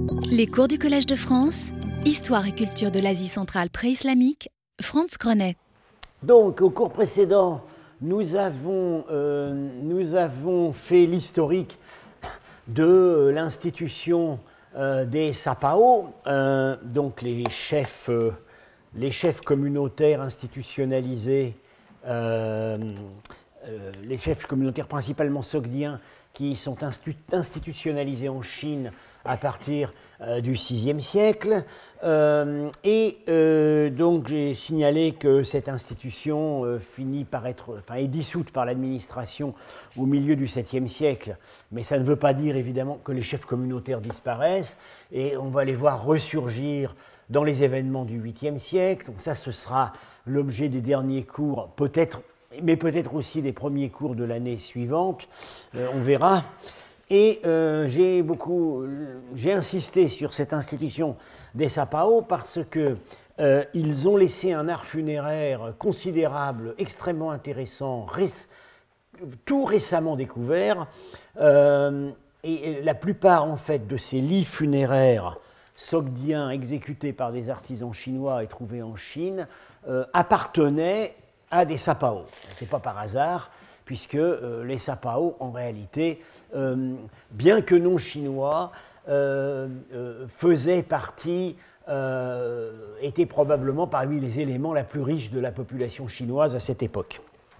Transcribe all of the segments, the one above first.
Les cours du Collège de France, Histoire et culture de l'Asie centrale pré-islamique, Franz Grenet. Donc, au cours précédent, nous avons fait l'historique de l'institution des SAPAO, donc les chefs communautaires institutionnalisés, les chefs communautaires principalement sogdiens qui sont institutionnalisés en Chine à partir du VIe siècle. Donc j'ai signalé que cette institution est dissoute par l'administration au milieu du VIIe siècle, mais ça ne veut pas dire évidemment que les chefs communautaires disparaissent, et on va les voir ressurgir dans les événements du VIIIe siècle. Donc ça, ce sera l'objet des derniers cours, mais peut-être aussi des premiers cours de l'année suivante, on verra. Et j'ai insisté sur cette institution des SAPAO parce qu'ils ont laissé un art funéraire considérable, extrêmement intéressant, tout récemment découvert. Et la plupart en fait de ces lits funéraires sogdiens exécutés par des artisans chinois et trouvés en Chine appartenaient à des SAPAO. Ce n'est pas par hasard, puisque les SAPAO, en réalité, bien que non chinois, étaient probablement parmi les éléments les plus riches de la population chinoise à cette époque.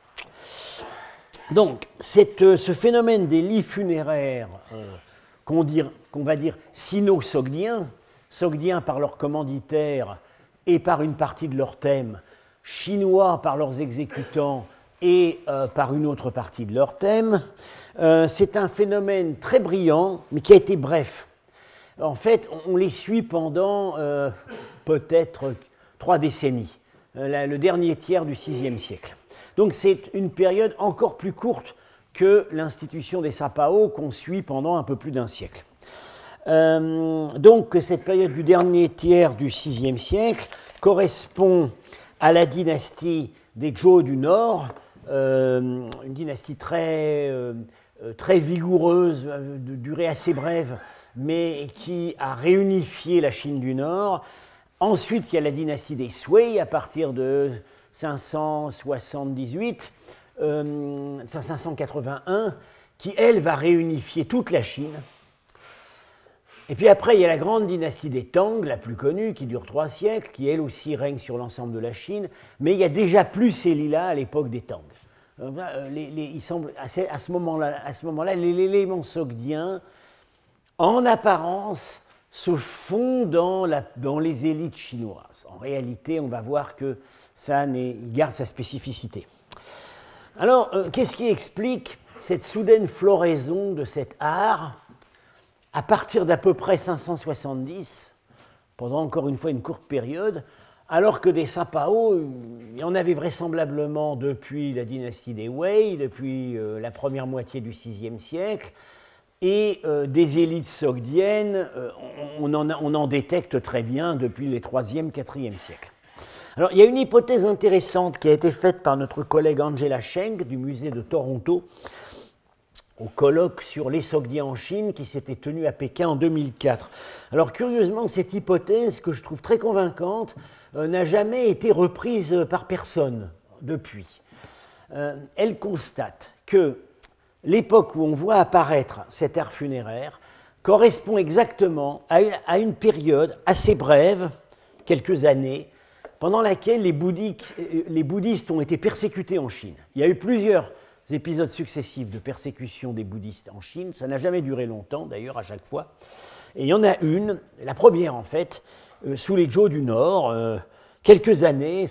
Donc, ce phénomène des lits funéraires, qu'on va dire sino-sogdiens, sogdiens par leurs commanditaires et par une partie de leur thème, chinois par leurs exécutants et par une autre partie de leur thème, c'est un phénomène très brillant, mais qui a été bref. En fait, on les suit pendant peut-être 3 décennies, le dernier tiers du VIe siècle. Donc c'est une période encore plus courte que l'institution des SAPAO qu'on suit pendant un peu plus d'un siècle. Donc cette période du dernier tiers du VIe siècle correspond à la dynastie des Zhou du Nord, une dynastie très vigoureuse, de durée assez brève, mais qui a réunifié la Chine du Nord. Ensuite, il y a la dynastie des Sui à partir de 581, qui, elle, va réunifier toute la Chine. Et puis après, il y a la grande dynastie des Tang, la plus connue, qui dure 3 siècles, qui elle aussi règne sur l'ensemble de la Chine, mais il y a déjà plus ces lits-là à l'époque des Tang. Il semble, à ce moment-là, l'élément sogdien, en apparence, se fond dans les élites chinoises. En réalité, on va voir que il garde sa spécificité. Alors, qu'est-ce qui explique cette soudaine floraison de cet art à partir d'à peu près 570, pendant encore une fois une courte période, alors que des SAPAO, il y en avait vraisemblablement depuis la dynastie des Wei, depuis la première moitié du VIe siècle, et des élites sogdiennes, on en détecte très bien depuis les 3e, 4e siècles. Alors, il y a une hypothèse intéressante qui a été faite par notre collègue Angela Cheng du musée de Toronto, au colloque sur les Sogdiens en Chine qui s'était tenu à Pékin en 2004. Alors curieusement, cette hypothèse, que je trouve très convaincante, n'a jamais été reprise par personne depuis. Elle constate que l'époque où on voit apparaître cet art funéraire correspond exactement à une période assez brève, quelques années, pendant laquelle les bouddhistes ont été persécutés en Chine. Il y a eu plusieurs épisodes successifs de persécution des bouddhistes en Chine. Ça n'a jamais duré longtemps, d'ailleurs, à chaque fois. Et il y en a une, la première en fait, sous les Zhou du Nord, quelques années,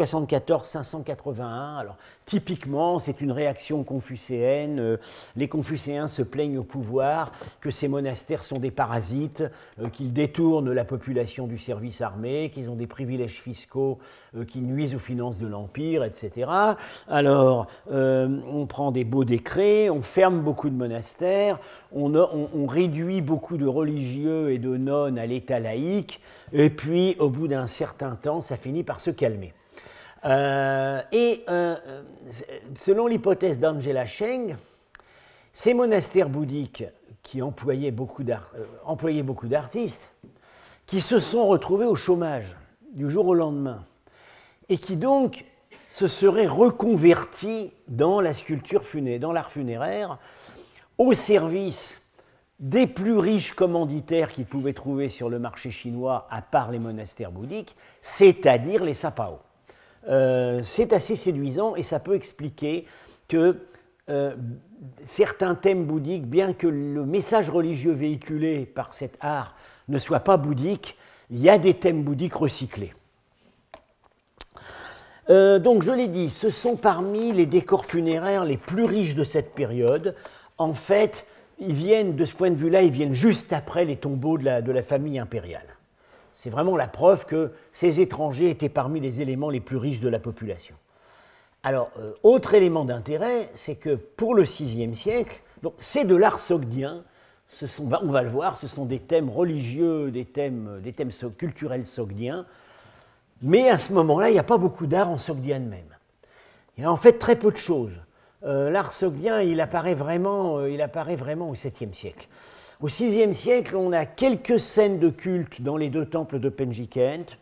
574-581. Alors, typiquement, c'est une réaction confucéenne. Les confucéens se plaignent au pouvoir que ces monastères sont des parasites, qu'ils détournent la population du service armé, qu'ils ont des privilèges fiscaux qui nuisent aux finances de l'Empire, etc. Alors, on prend des beaux décrets, on ferme beaucoup de monastères, on réduit beaucoup de religieux et de nonnes à l'état laïque, et puis, au bout d'un certain temps, ça finit par se calmer. Selon l'hypothèse d'Angela Cheng, ces monastères bouddhiques qui employaient beaucoup d'artistes, qui se sont retrouvés au chômage du jour au lendemain, et qui donc se seraient reconvertis dans la sculpture funéraire, dans l'art funéraire, au service des plus riches commanditaires qu'ils pouvaient trouver sur le marché chinois, à part les monastères bouddhiques, c'est-à-dire les sapao. C'est assez séduisant et ça peut expliquer que certains thèmes bouddhiques, bien que le message religieux véhiculé par cet art ne soit pas bouddhique, il y a des thèmes bouddhiques recyclés. Donc je l'ai dit, ce sont parmi les décors funéraires les plus riches de cette période. En fait, ils viennent, de ce point de vue-là, ils viennent juste après les tombeaux de la famille impériale. C'est vraiment la preuve que ces étrangers étaient parmi les éléments les plus riches de la population. Alors, autre élément d'intérêt, c'est que pour le VIe siècle, c'est de l'art sogdien, on va le voir, ce sont des thèmes religieux, des thèmes culturels sogdiens, mais à ce moment-là, il n'y a pas beaucoup d'art en sogdien même. Il y a en fait très peu de choses. L'art sogdien, il apparaît vraiment au VIIe siècle. Au VIe siècle, on a quelques scènes de culte dans les deux temples de Penjikent,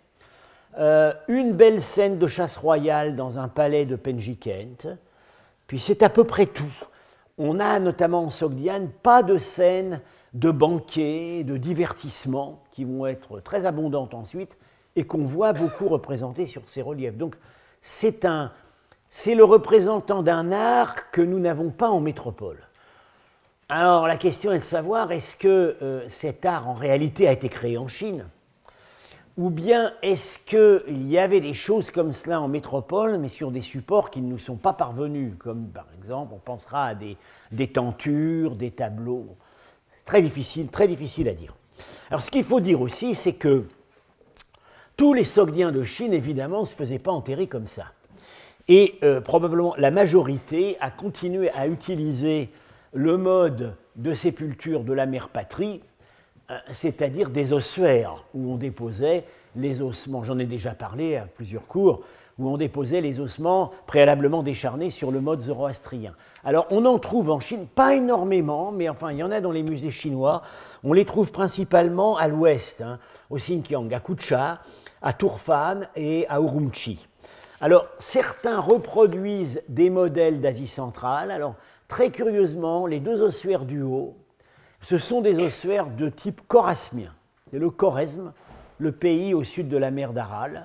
une belle scène de chasse royale dans un palais de Penjikent, puis c'est à peu près tout. On a notamment en Sogdiane pas de scènes de banquets, de divertissements qui vont être très abondantes ensuite et qu'on voit beaucoup représentées sur ces reliefs. Donc c'est le représentant d'un art que nous n'avons pas en métropole. Alors la question est de savoir, est-ce que cet art en réalité a été créé en Chine ? Ou bien est-ce qu'il y avait des choses comme cela en métropole, mais sur des supports qui ne nous sont pas parvenus, comme par exemple, on pensera à des tentures, des tableaux. C'est très difficile à dire. Alors ce qu'il faut dire aussi, c'est que tous les Sogdiens de Chine, évidemment, ne se faisaient pas enterrer comme ça. Et probablement la majorité a continué à utiliser le mode de sépulture de la mère patrie, c'est-à-dire des ossuaires, où on déposait les ossements, j'en ai déjà parlé à plusieurs cours, où on déposait les ossements préalablement décharnés sur le mode zoroastrien. Alors on en trouve en Chine, pas énormément, mais enfin il y en a dans les musées chinois, on les trouve principalement à l'ouest, au Xinjiang, à Kucha, à Turfan et à Urumqi. Alors certains reproduisent des modèles d'Asie centrale, alors très curieusement, les deux ossuaires du haut, ce sont des ossuaires de type chorasmien. C'est le Khorezm, le pays au sud de la mer d'Aral.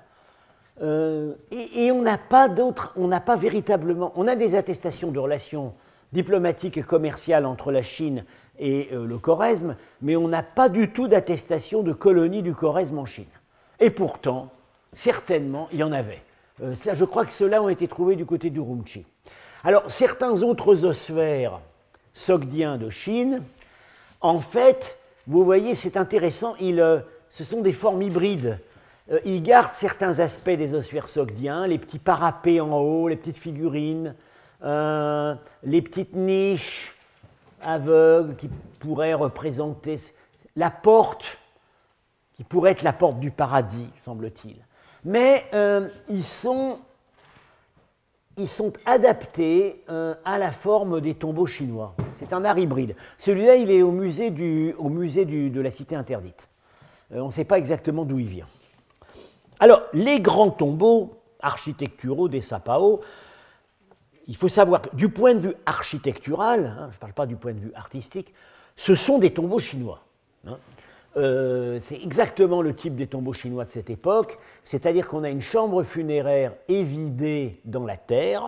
Et on n'a pas véritablement, on a des attestations de relations diplomatiques et commerciales entre la Chine et le Khorezm, mais on n'a pas du tout d'attestation de colonie du Khorezm en Chine. Et pourtant, certainement, il y en avait. Je crois que ceux-là ont été trouvés du côté d'Urumqi. Alors, certains autres ossuaires sogdiens de Chine, en fait, vous voyez, c'est intéressant, ce sont des formes hybrides. Ils gardent certains aspects des ossuaires sogdiens, les petits parapets en haut, les petites figurines, les petites niches aveugles qui pourraient représenter la porte, qui pourrait être la porte du paradis, semble-t-il. Mais ils sont adaptés à la forme des tombeaux chinois. C'est un art hybride. Celui-là, il est au musée de la Cité interdite. On ne sait pas exactement d'où il vient. Alors, les grands tombeaux architecturaux des Sapao, il faut savoir que du point de vue architectural, je ne parle pas du point de vue artistique, ce sont des tombeaux chinois. C'est exactement le type des tombeaux chinois de cette époque, c'est-à-dire qu'on a une chambre funéraire évidée dans la terre.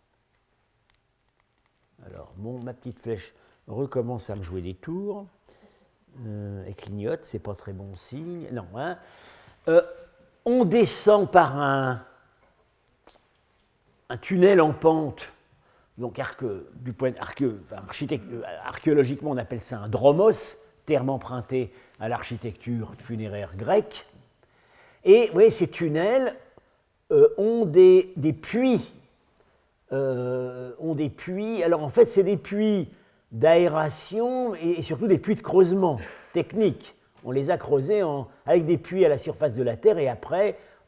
Alors, ma petite flèche recommence à me jouer des tours. Elle clignote, c'est pas très bon signe. Non, on descend par un tunnel en pente. Donc, archéologiquement, on appelle ça un dromos, terme emprunté à l'architecture funéraire grecque. Et vous voyez, ces tunnels ont des puits. Alors en fait, c'est des puits d'aération et surtout des puits de creusement technique. On les a creusés avec des puits à la surface de la Terre et après,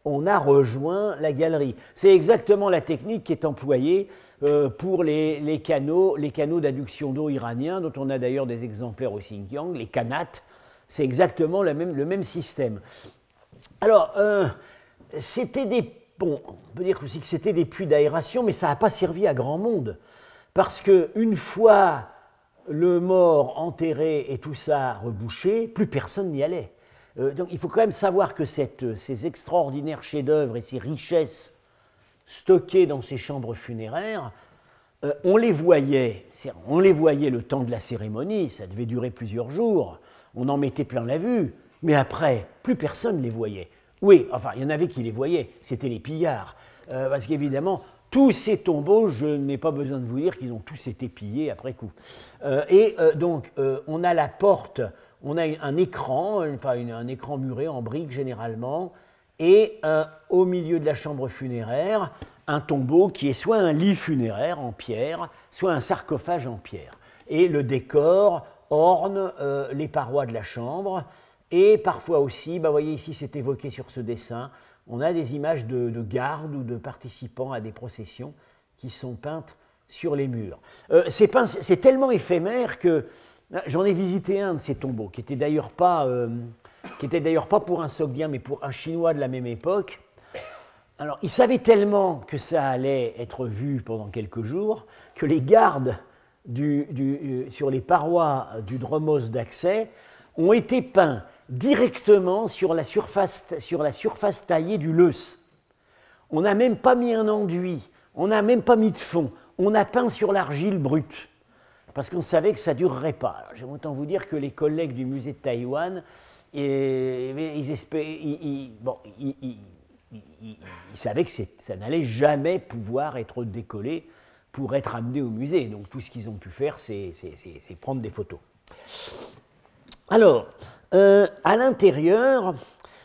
on a rejoint la galerie. C'est exactement la technique qui est employée pour les canaux d'adduction d'eau iraniens, dont on a d'ailleurs des exemplaires au Xinjiang, les kanats. C'est exactement le même système. Alors, c'était des... Bon, on peut dire aussi que c'était des puits d'aération, mais ça n'a pas servi à grand monde. Parce qu'une fois le mort enterré et tout ça rebouché, plus personne n'y allait. Donc il faut quand même savoir que ces extraordinaires chefs-d'œuvre et ces richesses stockées dans ces chambres funéraires, on les voyait le temps de la cérémonie, ça devait durer plusieurs jours, on en mettait plein la vue, mais après, plus personne ne les voyait. Oui, enfin, il y en avait qui les voyaient, c'était les pillards, parce qu'évidemment, tous ces tombeaux, je n'ai pas besoin de vous dire qu'ils ont tous été pillés après coup. Donc, on a la porte, on a un écran, un écran muré en briques généralement, et au milieu de la chambre funéraire, un tombeau qui est soit un lit funéraire en pierre, soit un sarcophage en pierre. Et le décor orne les parois de la chambre, et parfois aussi, vous voyez ici, c'est évoqué sur ce dessin, on a des images de gardes ou de participants à des processions qui sont peintes sur les murs. C'est tellement éphémère que j'en ai visité un de ces tombeaux, qui était d'ailleurs pas pour un Sogdien, mais pour un Chinois de la même époque. Alors, il savait tellement que ça allait être vu pendant quelques jours que les gardes sur les parois du dromos d'accès ont été peints directement sur la surface taillée du Leuce. On n'a même pas mis un enduit, on n'a même pas mis de fond, on a peint sur l'argile brute, parce qu'on savait que ça ne durerait pas. J'aime autant vous dire que les collègues du musée de Taïwan, ils savaient que ça n'allait jamais pouvoir être décollé pour être amené au musée. Donc tout ce qu'ils ont pu faire, c'est prendre des photos. Alors, à l'intérieur,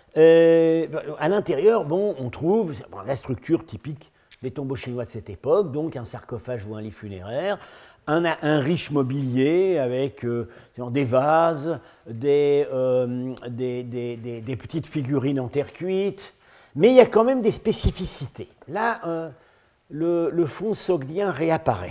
on trouve la structure typique des tombeaux chinois de cette époque, donc un sarcophage ou un lit funéraire, un riche mobilier avec des vases, des petites figurines en terre cuite, mais il y a quand même des spécificités. Là, le fond sogdien réapparaît.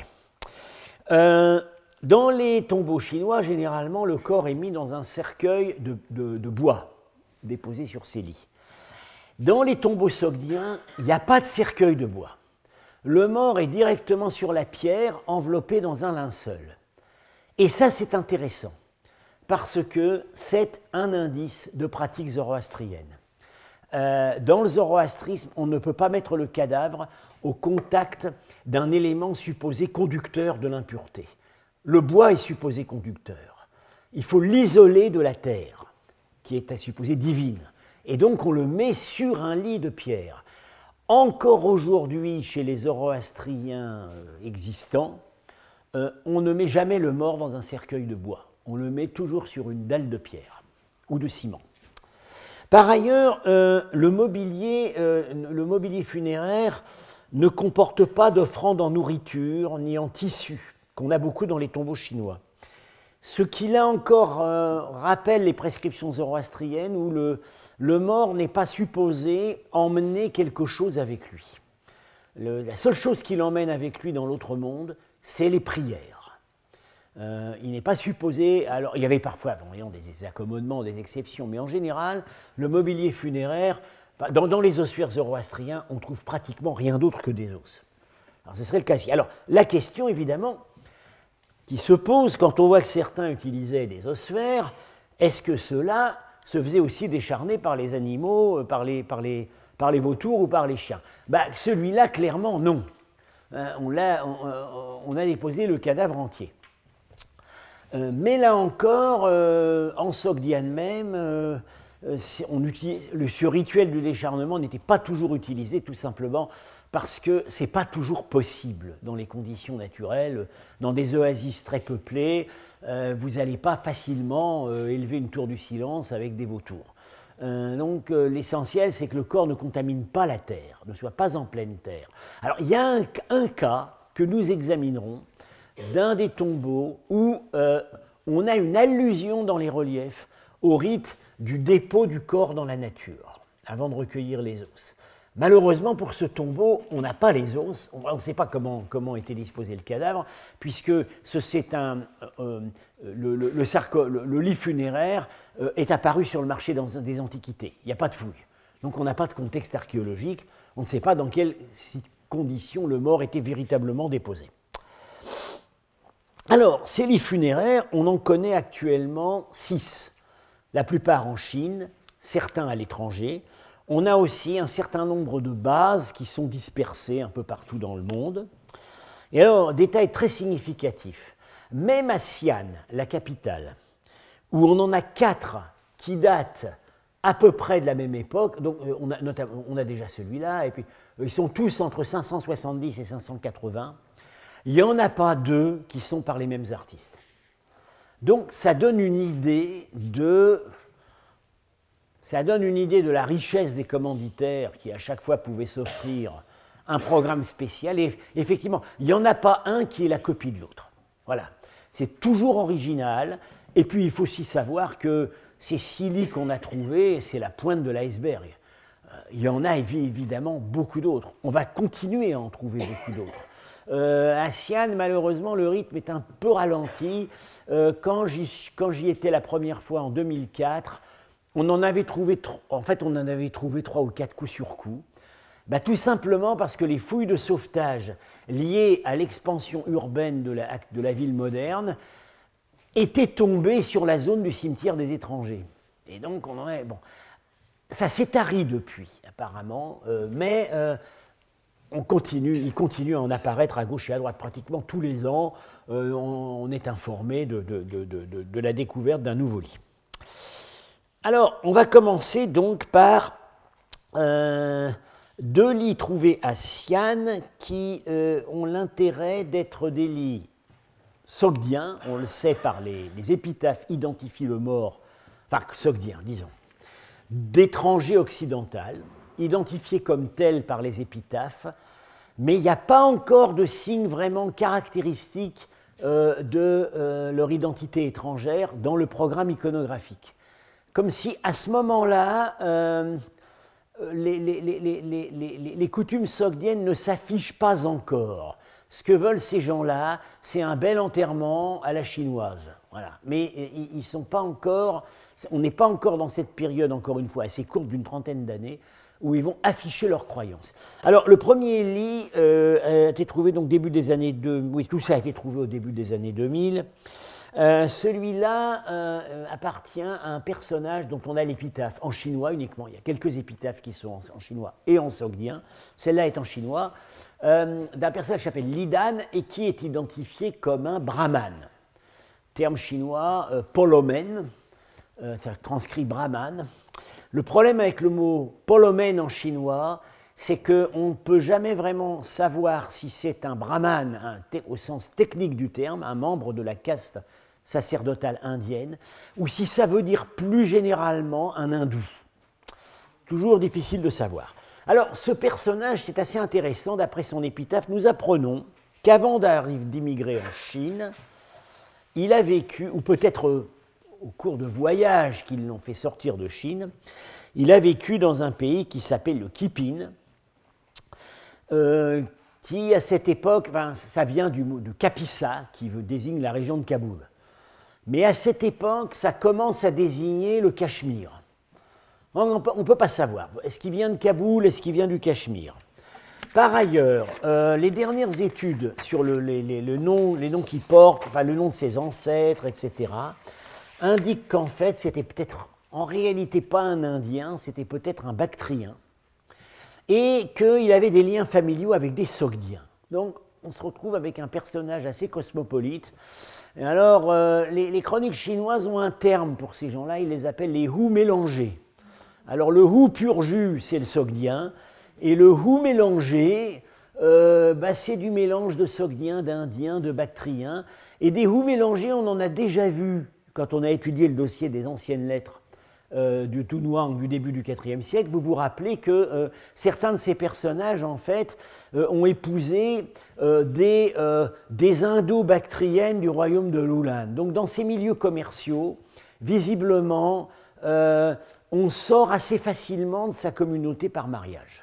Dans les tombeaux chinois, généralement, le corps est mis dans un cercueil de bois déposé sur ces lits. Dans les tombeaux sogdiens, il n'y a pas de cercueil de bois. Le mort est directement sur la pierre, enveloppé dans un linceul. Et ça, c'est intéressant, parce que c'est un indice de pratique zoroastrienne. Dans le zoroastrisme, on ne peut pas mettre le cadavre au contact d'un élément supposé conducteur de l'impureté. Le bois est supposé conducteur. Il faut l'isoler de la terre, qui est à supposer divine. Et donc on le met sur un lit de pierre. Encore aujourd'hui, chez les zoroastriens existants, on ne met jamais le mort dans un cercueil de bois. On le met toujours sur une dalle de pierre ou de ciment. Par ailleurs, le mobilier funéraire ne comporte pas d'offrande en nourriture ni en tissu, qu'on a beaucoup dans les tombeaux chinois. Ce qui, là encore, rappelle les prescriptions zoroastriennes où le mort n'est pas supposé emmener quelque chose avec lui. La seule chose qu'il emmène avec lui dans l'autre monde, c'est les prières. Il n'est pas supposé... Alors, il y avait parfois des accommodements, des exceptions, mais en général, le mobilier funéraire, dans les ossuaires zoroastriens, on trouve pratiquement rien d'autre que des os. Alors, ce serait le cas ici. Alors, la question, évidemment, qui se pose quand on voit que certains utilisaient des ossuaires, est-ce que cela se faisait aussi décharner par les animaux, par les vautours ou par les chiens? Celui-là, clairement, non. On a déposé le cadavre entier. Mais là encore, en Sogdiane même, ce rituel du décharnement n'était pas toujours utilisé, tout simplement parce que ce n'est pas toujours possible dans les conditions naturelles. Dans des oasis très peuplées, vous n'allez pas facilement élever une tour du silence avec des vautours. Donc l'essentiel, c'est que le corps ne contamine pas la terre, ne soit pas en pleine terre. Alors il y a un cas que nous examinerons d'un des tombeaux où on a une allusion dans les reliefs au rite du dépôt du corps dans la nature. avant de recueillir les os. Malheureusement, pour ce tombeau, on n'a pas les os, on ne sait pas comment était disposé le cadavre, puisque le lit funéraire est apparu sur le marché des Antiquités. Il n'y a pas de fouilles. Donc on n'a pas de contexte archéologique, on ne sait pas dans quelles conditions le mort était véritablement déposé. Alors, ces lits funéraires, on en connaît actuellement 6, la plupart en Chine, certains à l'étranger. On a aussi un certain nombre de bases qui sont dispersées un peu partout dans le monde. Et alors, détail très significatif, même à Xi'an, la capitale, où on en a 4 qui datent à peu près de la même époque, donc on a déjà celui-là, et puis ils sont tous entre 570 et 580, il n'y en a pas 2 qui sont par les mêmes artistes. Donc ça donne une idée de la richesse des commanditaires qui à chaque fois pouvaient s'offrir un programme spécial. Et effectivement, il n'y en a pas un qui est la copie de l'autre. Voilà. C'est toujours original. Et puis il faut aussi savoir que ces 6 lits qu'on a trouvés, c'est la pointe de l'iceberg. Il y en a évidemment beaucoup d'autres. On va continuer à en trouver beaucoup d'autres. À Xi'an, malheureusement, le rythme est un peu ralenti. Quand j'y étais la première fois en 2004, on en avait trouvé 3 ou 4 coup sur coup. Tout simplement parce que les fouilles de sauvetage liées à l'expansion urbaine de la ville moderne étaient tombées sur la zone du cimetière des étrangers. Et donc, ça s'est tari depuis, apparemment, mais il continue à en apparaître à gauche et à droite pratiquement tous les ans. On est informé de la découverte d'un nouveau lit. Alors, on va commencer donc par 2 lits trouvés à Xi'an qui ont l'intérêt d'être des lits sogdiens. On le sait par les épitaphes identifient le mort, sogdiens, disons, d'étrangers occidentaux, identifiés comme tels par les épitaphes, mais il n'y a pas encore de signes vraiment caractéristiques de leur identité étrangère dans le programme iconographique. Comme si à ce moment-là, les coutumes sogdiennes ne s'affichent pas encore. Ce que veulent ces gens-là, c'est un bel enterrement à la chinoise. Voilà. Mais ils sont pas encore, on n'est pas encore dans cette période, encore une fois, assez courte d'une trentaine d'années, où ils vont afficher leurs croyances. Alors, le premier lit a été trouvé donc début des années 2000. Oui, tout ça a été trouvé au début des années 2000. Celui-là appartient à un personnage dont on a l'épitaphe en chinois uniquement. Il y a quelques épitaphes qui sont en chinois et en sogdien. Celle-là est en chinois, d'un personnage qui s'appelle Li Dan et qui est identifié comme un brahman. Terme chinois, polomen, ça transcrit brahman. Le problème avec le mot polomen en chinois, c'est qu'on ne peut jamais vraiment savoir si c'est un brahman, au sens technique du terme, un membre de la caste sacerdotale indienne, ou si ça veut dire plus généralement un hindou. Toujours difficile de savoir. Alors, ce personnage, c'est assez intéressant. D'après son épitaphe, nous apprenons qu'avant d'immigrer en Chine, il a vécu, ou peut-être au cours de voyages qui l'ont fait sortir de Chine, il a vécu dans un pays qui s'appelle le Kipin, qui à cette époque, ça vient du mot de Kapisa, qui désigne la région de Kaboul. Mais à cette époque, ça commence à désigner le Cachemire. On ne peut pas savoir. Est-ce qu'il vient de Kaboul, est-ce qu'il vient du Cachemire? Par ailleurs, les dernières études sur les noms qu'il porte, le nom de ses ancêtres, etc., indiquent qu'en fait, c'était peut-être, en réalité, pas un Indien, c'était peut-être un Bactrien, et qu'il avait des liens familiaux avec des Sogdiens. Donc, on se retrouve avec un personnage assez cosmopolite. Et alors, les chroniques chinoises ont un terme pour ces gens-là, ils les appellent les Hu mélangés. Alors, le Hu pur jus, c'est le Sogdien, et le Hu mélangé, c'est du mélange de Sogdiens, d'Indiens, de Bactriens. Et des Hu mélangés, on en a déjà vu quand on a étudié le dossier des anciennes lettres du Tunhuang du début du IVe siècle. Vous vous rappelez que certains de ces personnages, en fait, ont épousé des Indo-Bactriennes du royaume de Lulan. Donc, dans ces milieux commerciaux, visiblement, on sort assez facilement de sa communauté par mariage.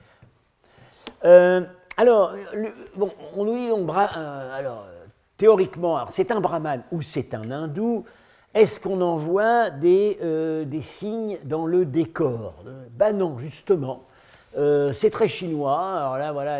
Bon, on nous dit donc, théoriquement, c'est un brahmane ou c'est un hindou. Est-ce qu'on en voit des signes dans le décor? Ben non, justement. C'est très chinois. Alors là, voilà,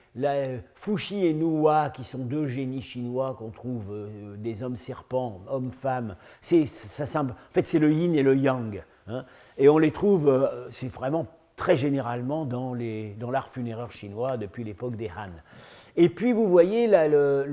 Fuxi et Nuwa, qui sont deux génies chinois qu'on trouve des hommes serpents, hommes-femmes. En fait, c'est le yin et le yang. Hein, et on les trouve, c'est vraiment très généralement dans l'art funéraire chinois depuis l'époque des Han. Et puis vous voyez là,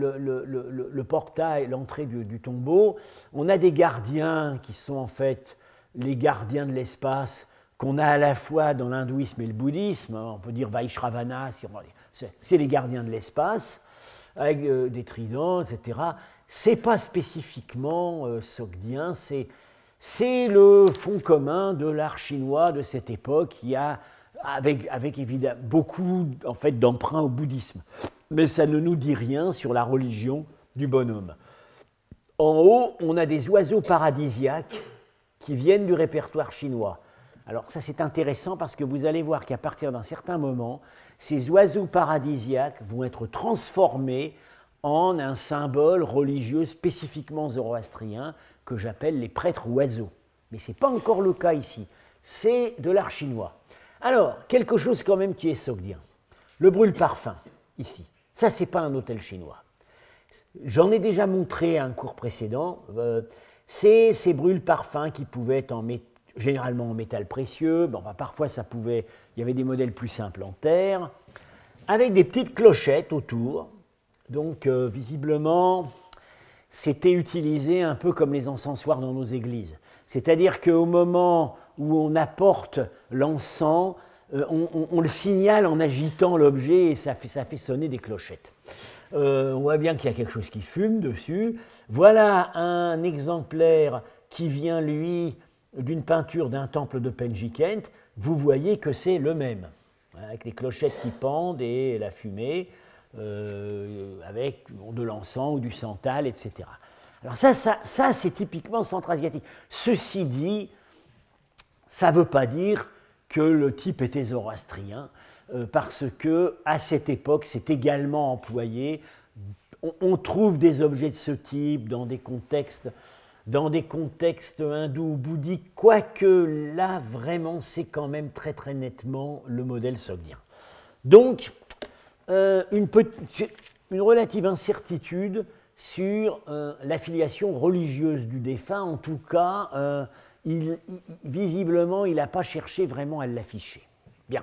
le portail, l'entrée du tombeau, on a des gardiens qui sont en fait les gardiens de l'espace qu'on a à la fois dans l'hindouisme et le bouddhisme, on peut dire Vaishravana, c'est les gardiens de l'espace, avec des tridents, etc. Ce n'est pas spécifiquement sogdien, c'est le fond commun de l'art chinois de cette époque qui a, avec évidemment beaucoup en fait, d'emprunts au bouddhisme. Mais ça ne nous dit rien sur la religion du bonhomme. En haut, on a des oiseaux paradisiaques qui viennent du répertoire chinois. Alors ça c'est intéressant parce que vous allez voir qu'à partir d'un certain moment, ces oiseaux paradisiaques vont être transformés en un symbole religieux spécifiquement zoroastrien que j'appelle les prêtres oiseaux. Mais ce n'est pas encore le cas ici, c'est de l'art chinois. Alors, quelque chose quand même qui est sogdien. Le brûle-parfum, ici. Ça, ce n'est pas un hôtel chinois. J'en ai déjà montré à un cours précédent. C'est ces brûle-parfums qui pouvaient être généralement en métal précieux. Bon, parfois, il y avait des modèles plus simples en terre, avec des petites clochettes autour. Donc, visiblement, c'était utilisé un peu comme les encensoirs dans nos églises. C'est-à-dire qu'au moment où on apporte l'encens, on le signale en agitant l'objet et ça fait sonner des clochettes. On voit bien qu'il y a quelque chose qui fume dessus. Voilà un exemplaire qui vient, lui, d'une peinture d'un temple de Penjikent. Vous voyez que c'est le même, avec les clochettes qui pendent et la fumée, avec de l'encens ou du santal, etc. Alors ça c'est typiquement centra-asiatique. Ceci dit, ça ne veut pas dire que le type était zoroastrien, parce qu'à cette époque, c'est également employé. On trouve des objets de ce type dans des contextes hindous ou bouddhiques, quoique là, vraiment, c'est quand même très très nettement le modèle sogdien. Donc, une relative incertitude sur l'affiliation religieuse du défunt. En tout cas, visiblement, il n'a pas cherché vraiment à l'afficher. Bien.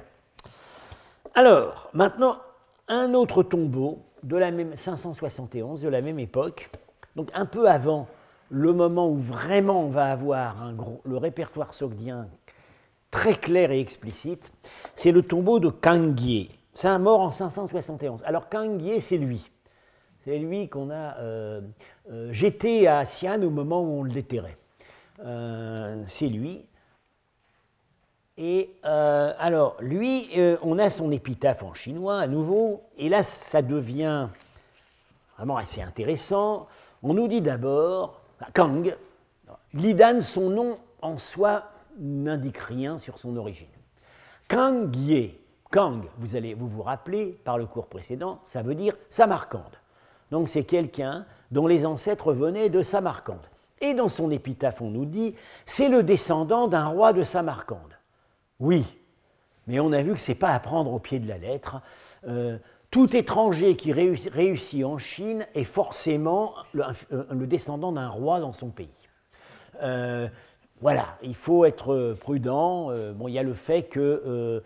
Alors, maintenant, un autre tombeau de la même 571, de la même époque, donc un peu avant le moment où vraiment on va avoir le répertoire sogdien très clair et explicite, c'est le tombeau de Kangye. C'est un mort en 571. Alors Kangye, c'est lui. C'est lui qu'on a jeté à Xi'an au moment où on le déterrait. C'est lui. Et alors, lui, on a son épitaphe en chinois à nouveau, et là, ça devient vraiment assez intéressant. On nous dit d'abord, Kang, Lidan, son nom en soi n'indique rien sur son origine. Kangye, Kang, vous vous rappelez par le cours précédent, ça veut dire Samarcande. Donc c'est quelqu'un dont les ancêtres venaient de Samarcande. Et dans son épitaphe, on nous dit, c'est le descendant d'un roi de Samarcande. Oui, mais on a vu que ce n'est pas à prendre au pied de la lettre. Tout étranger qui réussit en Chine est forcément le descendant d'un roi dans son pays. Voilà, il faut être prudent. Bon, il y a le fait que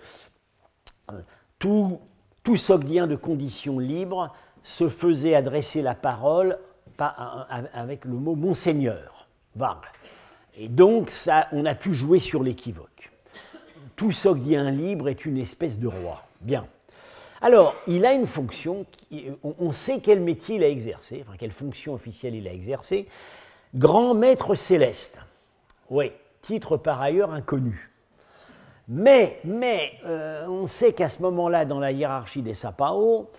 tout sogdien de condition libre se faisait adresser la parole avec le mot Monseigneur, Varg. Et donc, on a pu jouer sur l'équivoque. Tout sogdien libre est une espèce de roi. Bien. Alors, il a une fonction, on sait quel métier il a exercé, enfin quelle fonction officielle il a exercé. Grand maître céleste. Oui, titre par ailleurs inconnu. Mais on sait qu'à ce moment-là, dans la hiérarchie des Sapao,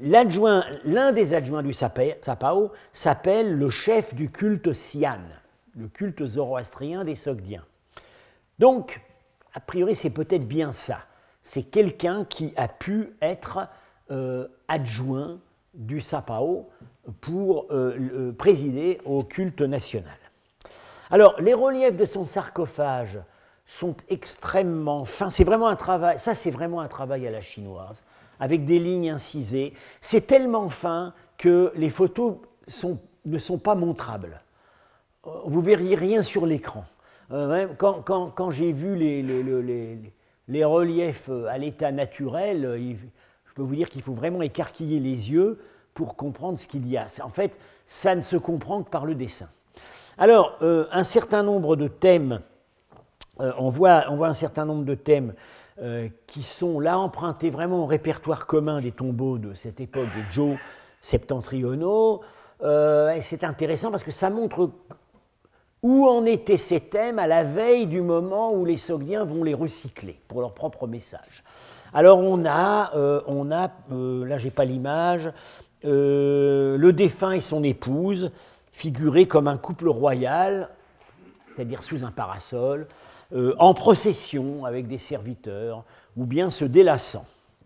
l'un des adjoints du Sapao s'appelle le chef du culte Xi'an. le culte zoroastrien des Sogdiens. Donc, a priori, c'est peut-être bien ça. C'est quelqu'un qui a pu être adjoint du Sapao pour présider au culte national. Alors, les reliefs de son sarcophage sont extrêmement fins. C'est vraiment un travail, ça c'est vraiment un travail à la chinoise, avec des lignes incisées. C'est tellement fin que les photos ne sont pas montrables. Vous verriez rien sur l'écran. Quand j'ai vu les reliefs à l'état naturel, je peux vous dire qu'il faut vraiment écarquiller les yeux pour comprendre ce qu'il y a. En fait, ça ne se comprend que par le dessin. Alors, un certain nombre de thèmes, on voit un certain nombre de thèmes qui sont là empruntés vraiment au répertoire commun des tombeaux de cette époque des Zhou septentrionaux. Et c'est intéressant parce que ça montre où en étaient ces thèmes à la veille du moment où les Sogdiens vont les recycler pour leur propre message. Alors on a là j'ai pas l'image, le défunt et son épouse figurés comme un couple royal, c'est-à-dire sous un parasol, en procession avec des serviteurs, ou bien se délassant.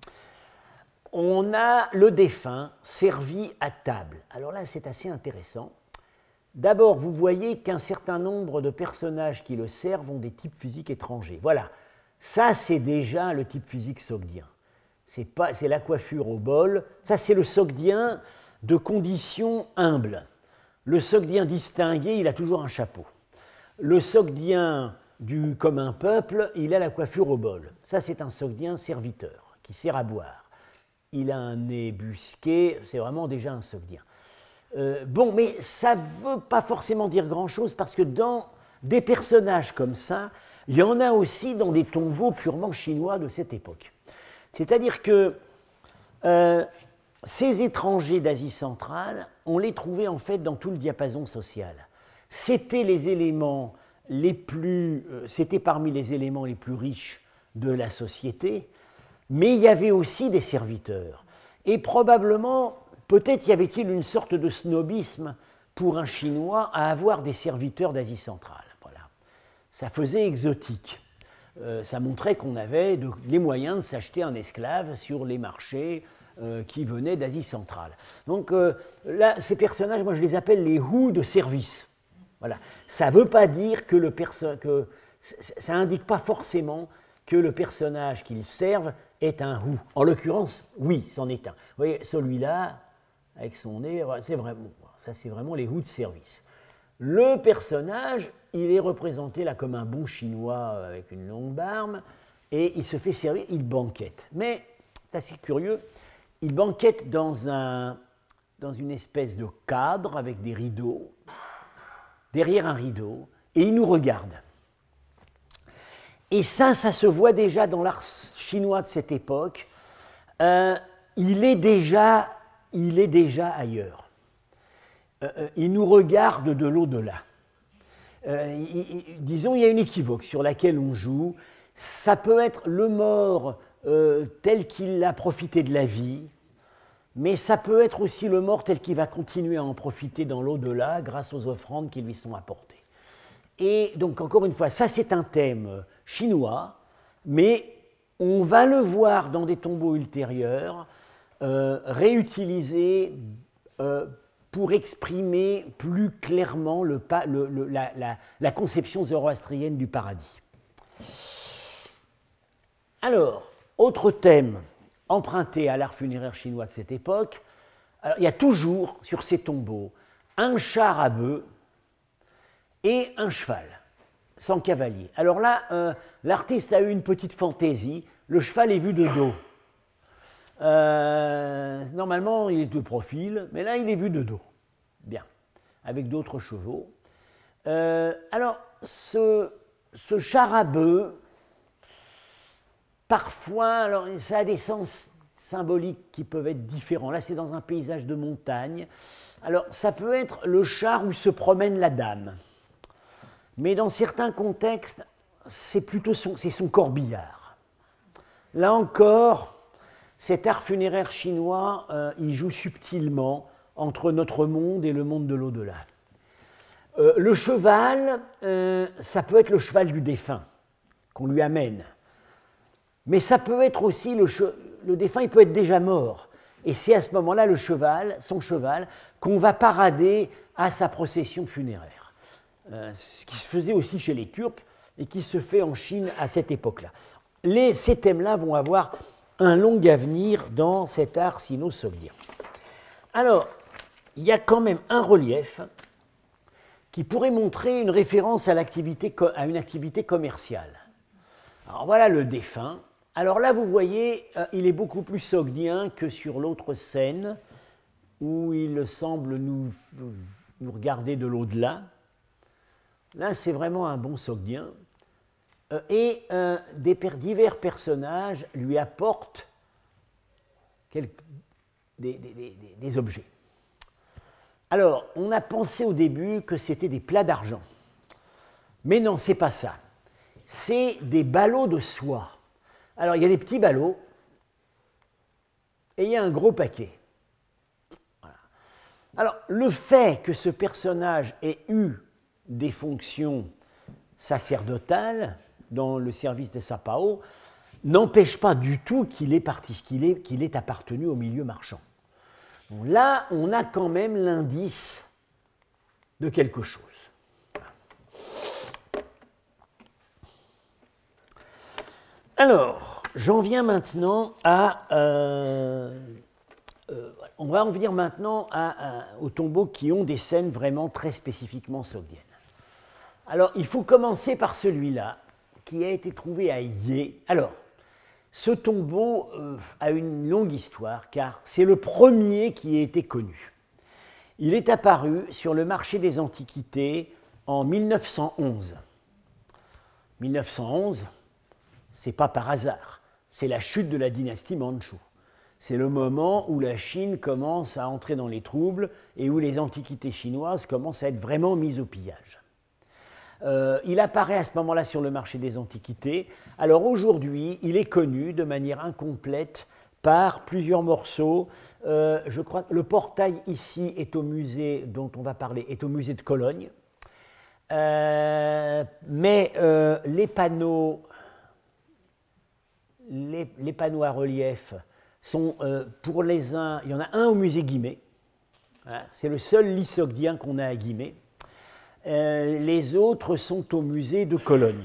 On a le défunt servi à table. Alors là c'est assez intéressant. D'abord, vous voyez qu'un certain nombre de personnages qui le servent ont des types physiques étrangers. Voilà, ça c'est déjà le type physique sogdien. C'est la coiffure au bol, ça c'est le sogdien de condition humble. Le sogdien distingué, il a toujours un chapeau. Le sogdien du commun peuple, il a la coiffure au bol. Ça c'est un sogdien serviteur qui sert à boire. Il a un nez busqué, c'est vraiment déjà un sogdien. Bon, mais ça ne veut pas forcément dire grand-chose parce que dans des personnages comme ça, il y en a aussi dans des tombeaux purement chinois de cette époque. C'est-à-dire que ces étrangers d'Asie centrale, on les trouvait en fait dans tout le diapason social. C'était parmi les éléments les plus riches de la société, mais il y avait aussi des serviteurs. Et probablement, peut-être y avait-il une sorte de snobisme pour un Chinois à avoir des serviteurs d'Asie centrale. Voilà. Ça faisait exotique. Ça montrait qu'on avait les moyens de s'acheter un esclave sur les marchés qui venaient d'Asie centrale. Donc là, ces personnages, moi je les appelle les Hu de service. Voilà. Ça ne veut pas dire que ça n'indique pas forcément que le personnage qu'ils servent est un Hu. En l'occurrence, oui, c'en est un. Vous voyez, celui-là, avec son nez, c'est vraiment les Hu de service. Le personnage, il est représenté là comme un bon chinois avec une longue barbe, et il se fait servir, il banquette. Mais, c'est assez curieux, il banquette dans une espèce de cadre avec des rideaux, derrière un rideau, et il nous regarde. Et ça se voit déjà dans l'art chinois de cette époque. Il est déjà ailleurs. Il nous regarde de l'au-delà. Disons, il y a une équivoque sur laquelle on joue. Ça peut être le mort tel qu'il a profité de la vie, mais ça peut être aussi le mort tel qu'il va continuer à en profiter dans l'au-delà grâce aux offrandes qui lui sont apportées. Et donc, encore une fois, ça c'est un thème chinois, mais on va le voir dans des tombeaux ultérieurs, réutilisé pour exprimer plus clairement la conception zoroastrienne du paradis. Alors, autre thème emprunté à l'art funéraire chinois de cette époque, alors, il y a toujours sur ces tombeaux un char à bœuf et un cheval, sans cavalier. Alors là, l'artiste a eu une petite fantaisie, le cheval est vu de dos. Normalement, il est de profil, mais là, il est vu de dos. Bien, avec d'autres chevaux. Alors, ce char à bœuf, parfois, alors, ça a des sens symboliques qui peuvent être différents. Là, c'est dans un paysage de montagne. Alors, ça peut être le char où se promène la dame. Mais dans certains contextes, c'est son corbillard. Là encore, cet art funéraire chinois, il joue subtilement entre notre monde et le monde de l'au-delà. Le cheval, ça peut être le cheval du défunt qu'on lui amène. Mais ça peut être aussi le défunt, il peut être déjà mort. Et c'est à ce moment-là le cheval, son cheval, qu'on va parader à sa procession funéraire. Ce qui se faisait aussi chez les Turcs et qui se fait en Chine à cette époque-là. Ces thèmes-là vont avoir un long avenir dans cet art sino-sogdien. Alors, il y a quand même un relief qui pourrait montrer une référence à une activité commerciale. Alors voilà le défunt. Alors là, vous voyez, il est beaucoup plus sogdien que sur l'autre scène, où il semble nous regarder de l'au-delà. Là, c'est vraiment un bon sogdien. Et divers personnages lui apportent des objets. Alors, on a pensé au début que c'était des plats d'argent. Mais non, c'est pas ça. C'est des ballots de soie. Alors, il y a des petits ballots et il y a un gros paquet. Voilà. Alors, le fait que ce personnage ait eu des fonctions sacerdotales dans le service des Sapao n'empêche pas du tout qu'il ait appartenu au milieu marchand. Donc là, on a quand même l'indice de quelque chose. Alors, j'en viens maintenant on va en venir maintenant aux tombeaux qui ont des scènes vraiment très spécifiquement sogdiennes. Alors, il faut commencer par celui-là, qui a été trouvé à Yé. Alors, ce tombeau a une longue histoire, car c'est le premier qui a été connu. Il est apparu sur le marché des antiquités en 1911. 1911, c'est pas par hasard, c'est la chute de la dynastie Mandchoue. C'est le moment où la Chine commence à entrer dans les troubles et où les antiquités chinoises commencent à être vraiment mises au pillage. Il apparaît à ce moment-là sur le marché des antiquités. Alors aujourd'hui, il est connu de manière incomplète par plusieurs morceaux. Je crois que le portail ici est au musée dont on va parler, est au musée de Cologne. Mais les panneaux à relief sont pour les uns, il y en a un au musée Guimet. Voilà, c'est le seul lit sogdien qu'on a à Guimet. Les autres sont au musée de Cologne.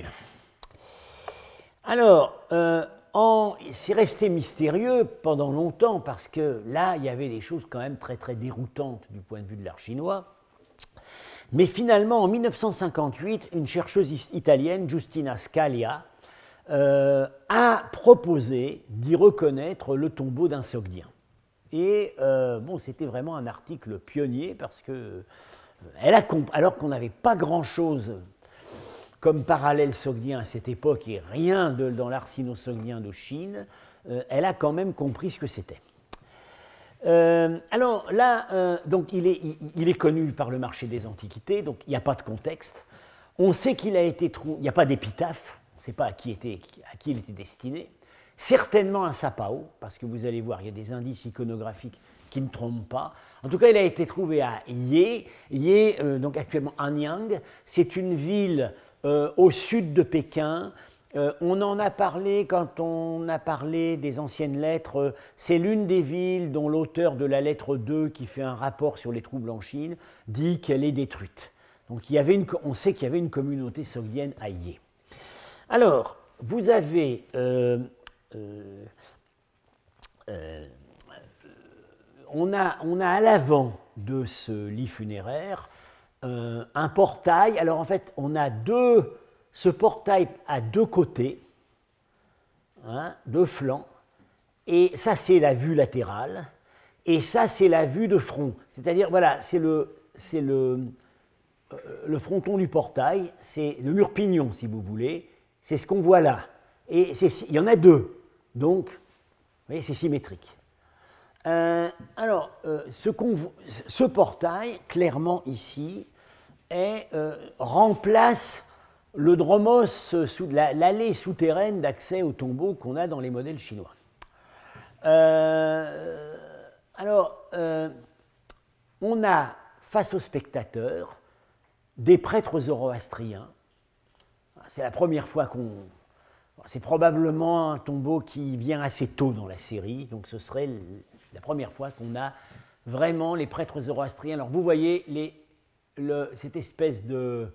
Alors, c'est resté mystérieux pendant longtemps parce que là, il y avait des choses quand même très très déroutantes du point de vue de l'art chinois. Mais finalement, en 1958, une chercheuse italienne, Giustina Scalia, a proposé d'y reconnaître le tombeau d'un sogdien. Et bon, c'était vraiment un article pionnier parce que alors qu'on n'avait pas grand-chose comme parallèle sogdien à cette époque et rien dans l'art sino-sogdien de Chine, elle a quand même compris ce que c'était. Alors là, donc il est connu par le marché des antiquités, donc il n'y a pas de contexte. On sait qu'il a été trouvé, il n'y a pas d'épitaphe, on ne sait pas à qui il était destiné. Certainement un sapao, parce que vous allez voir, il y a des indices iconographiques qui ne trompent pas. En tout cas, il a été trouvé à Yé. Yé, donc actuellement Anyang, c'est une ville au sud de Pékin. On en a parlé quand on a parlé des anciennes lettres. C'est l'une des villes dont l'auteur de la lettre 2, qui fait un rapport sur les troubles en Chine, dit qu'elle est détruite. Donc on sait qu'il y avait une communauté sogdienne à Yé. Alors, vous avez on a à l'avant de ce lit funéraire un portail. Alors en fait, on a ce portail à deux côtés, deux flancs, et ça c'est la vue latérale, et ça c'est la vue de front. C'est-à-dire, voilà, c'est le fronton du portail, c'est le mur pignon si vous voulez, c'est ce qu'on voit là. Et il y en a deux, donc, vous voyez, c'est symétrique. Alors, ce portail, clairement ici, remplace le dromos, l'allée souterraine d'accès au tombeau qu'on a dans les modèles chinois. Alors, on a, face au spectateur, des prêtres zoroastriens. C'est la première fois c'est probablement un tombeau qui vient assez tôt dans la série, donc ce serait la première fois qu'on a vraiment les prêtres zoroastriens. Alors vous voyez cette espèce de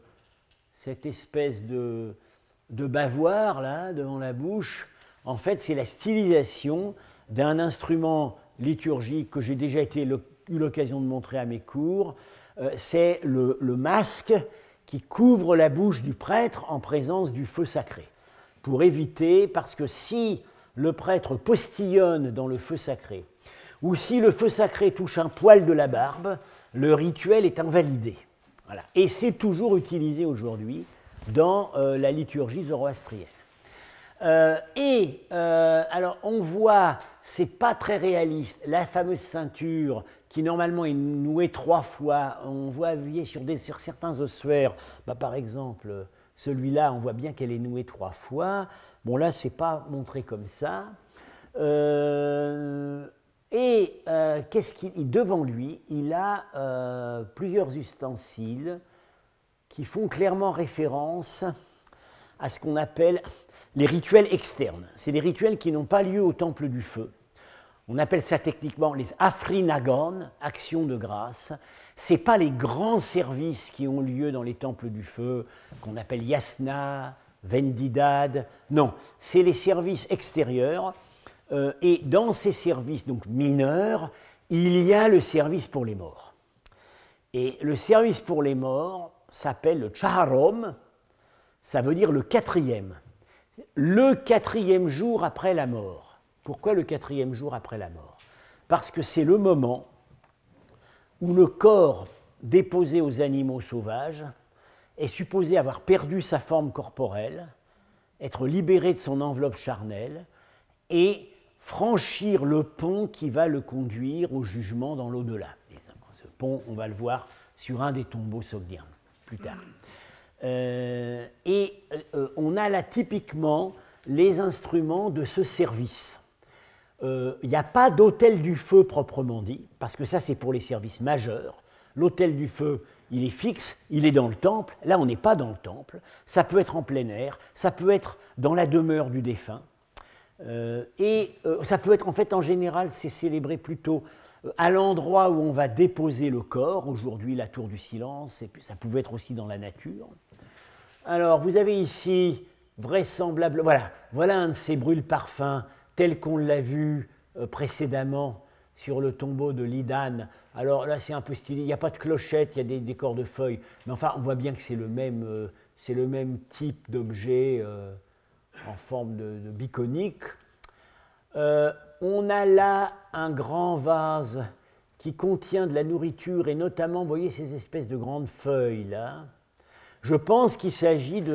bavoir là devant la bouche. En fait, c'est la stylisation d'un instrument liturgique que j'ai déjà eu l'occasion de montrer à mes cours. C'est le masque qui couvre la bouche du prêtre en présence du feu sacré, pour éviter, parce que si le prêtre postillonne dans le feu sacré, ou si le feu sacré touche un poil de la barbe, le rituel est invalidé. Voilà. Et c'est toujours utilisé aujourd'hui dans la liturgie zoroastrienne. Alors on voit, c'est pas très réaliste, la fameuse ceinture qui normalement est nouée 3 fois. On voit sur certains ossuaires, par exemple celui-là, on voit bien qu'elle est nouée 3 fois. Bon là, c'est pas montré comme ça. Devant lui, il a plusieurs ustensiles qui font clairement référence à ce qu'on appelle les rituels externes. C'est des rituels qui n'ont pas lieu au temple du feu. On appelle ça techniquement les afrinagon, actions de grâce. Ce n'est pas les grands services qui ont lieu dans les temples du feu, qu'on appelle yasna, vendidad. Non, c'est les services extérieurs. Et dans ces services donc mineurs, il y a le service pour les morts. Et le service pour les morts s'appelle le chaharom, ça veut dire le 4e. Le 4e jour après la mort. Pourquoi le 4e jour après la mort? Parce que c'est le moment où le corps déposé aux animaux sauvages est supposé avoir perdu sa forme corporelle, être libéré de son enveloppe charnelle et franchir le pont qui va le conduire au jugement dans l'au-delà. Ce pont, on va le voir sur un des tombeaux sogdiens plus tard. On a là typiquement les instruments de ce service. Il n'y a pas d'autel du feu proprement dit, parce que ça c'est pour les services majeurs. L'autel du feu, il est fixe, il est dans le temple. Là, on n'est pas dans le temple. Ça peut être en plein air, ça peut être dans la demeure du défunt. Ça peut être, en fait, en général, c'est célébré plutôt à l'endroit où on va déposer le corps. Aujourd'hui, la tour du silence, et puis ça pouvait être aussi dans la nature. Alors, vous avez ici, vraisemblablement, voilà un de ces brûle-parfums tel qu'on l'a vu précédemment sur le tombeau de Lidan. Alors là, c'est un peu stylé, il n'y a pas de clochette, il y a des décors de feuilles, mais enfin, on voit bien que c'est le même type d'objet en forme de biconique. On a là un grand vase qui contient de la nourriture et notamment, vous voyez ces espèces de grandes feuilles là. Je pense qu'il s'agit de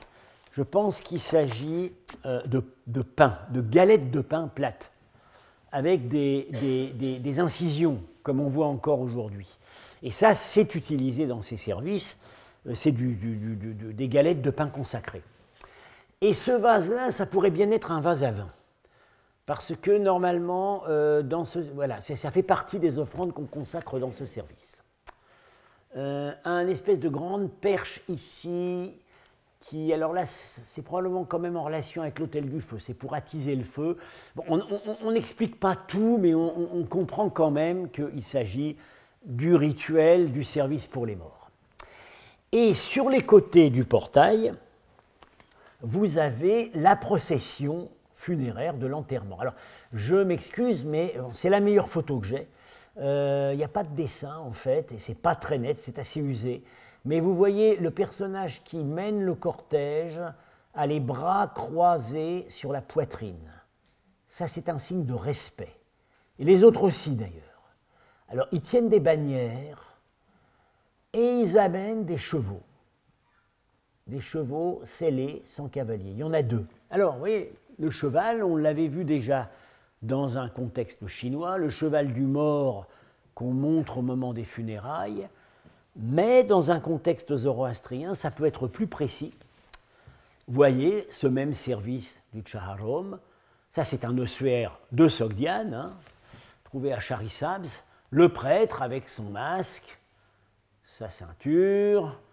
pain, de galettes de pain plates, avec des incisions, comme on voit encore aujourd'hui. Et ça, c'est utilisé dans ces services, c'est des galettes de pain consacrées. Et ce vase-là, ça pourrait bien être un vase à vin. Parce que normalement, ça fait partie des offrandes qu'on consacre dans ce service. Un espèce de grande perche ici, qui, alors là, c'est probablement quand même en relation avec l'autel du feu, c'est pour attiser le feu. Bon, on n'explique pas tout, mais on comprend quand même qu'il s'agit du rituel du service pour les morts. Et sur les côtés du portail, vous avez la procession funéraire de l'enterrement. Alors, je m'excuse, mais c'est la meilleure photo que j'ai. Il n'y a pas de dessin, en fait, et c'est pas très net, c'est assez usé. Mais vous voyez le personnage qui mène le cortège a les bras croisés sur la poitrine. Ça, c'est un signe de respect. Et les autres aussi, d'ailleurs. Alors, ils tiennent des bannières et ils amènent des chevaux. Des chevaux sellés sans cavalier. Il y en a 2. Alors, vous voyez, le cheval, on l'avait vu déjà dans un contexte chinois, le cheval du mort qu'on montre au moment des funérailles, mais dans un contexte zoroastrien, ça peut être plus précis. Vous voyez ce même service du Chaharom, ça c'est un ossuaire de Sogdiane, trouvé à Charissabs, le prêtre avec son masque, sa ceinture,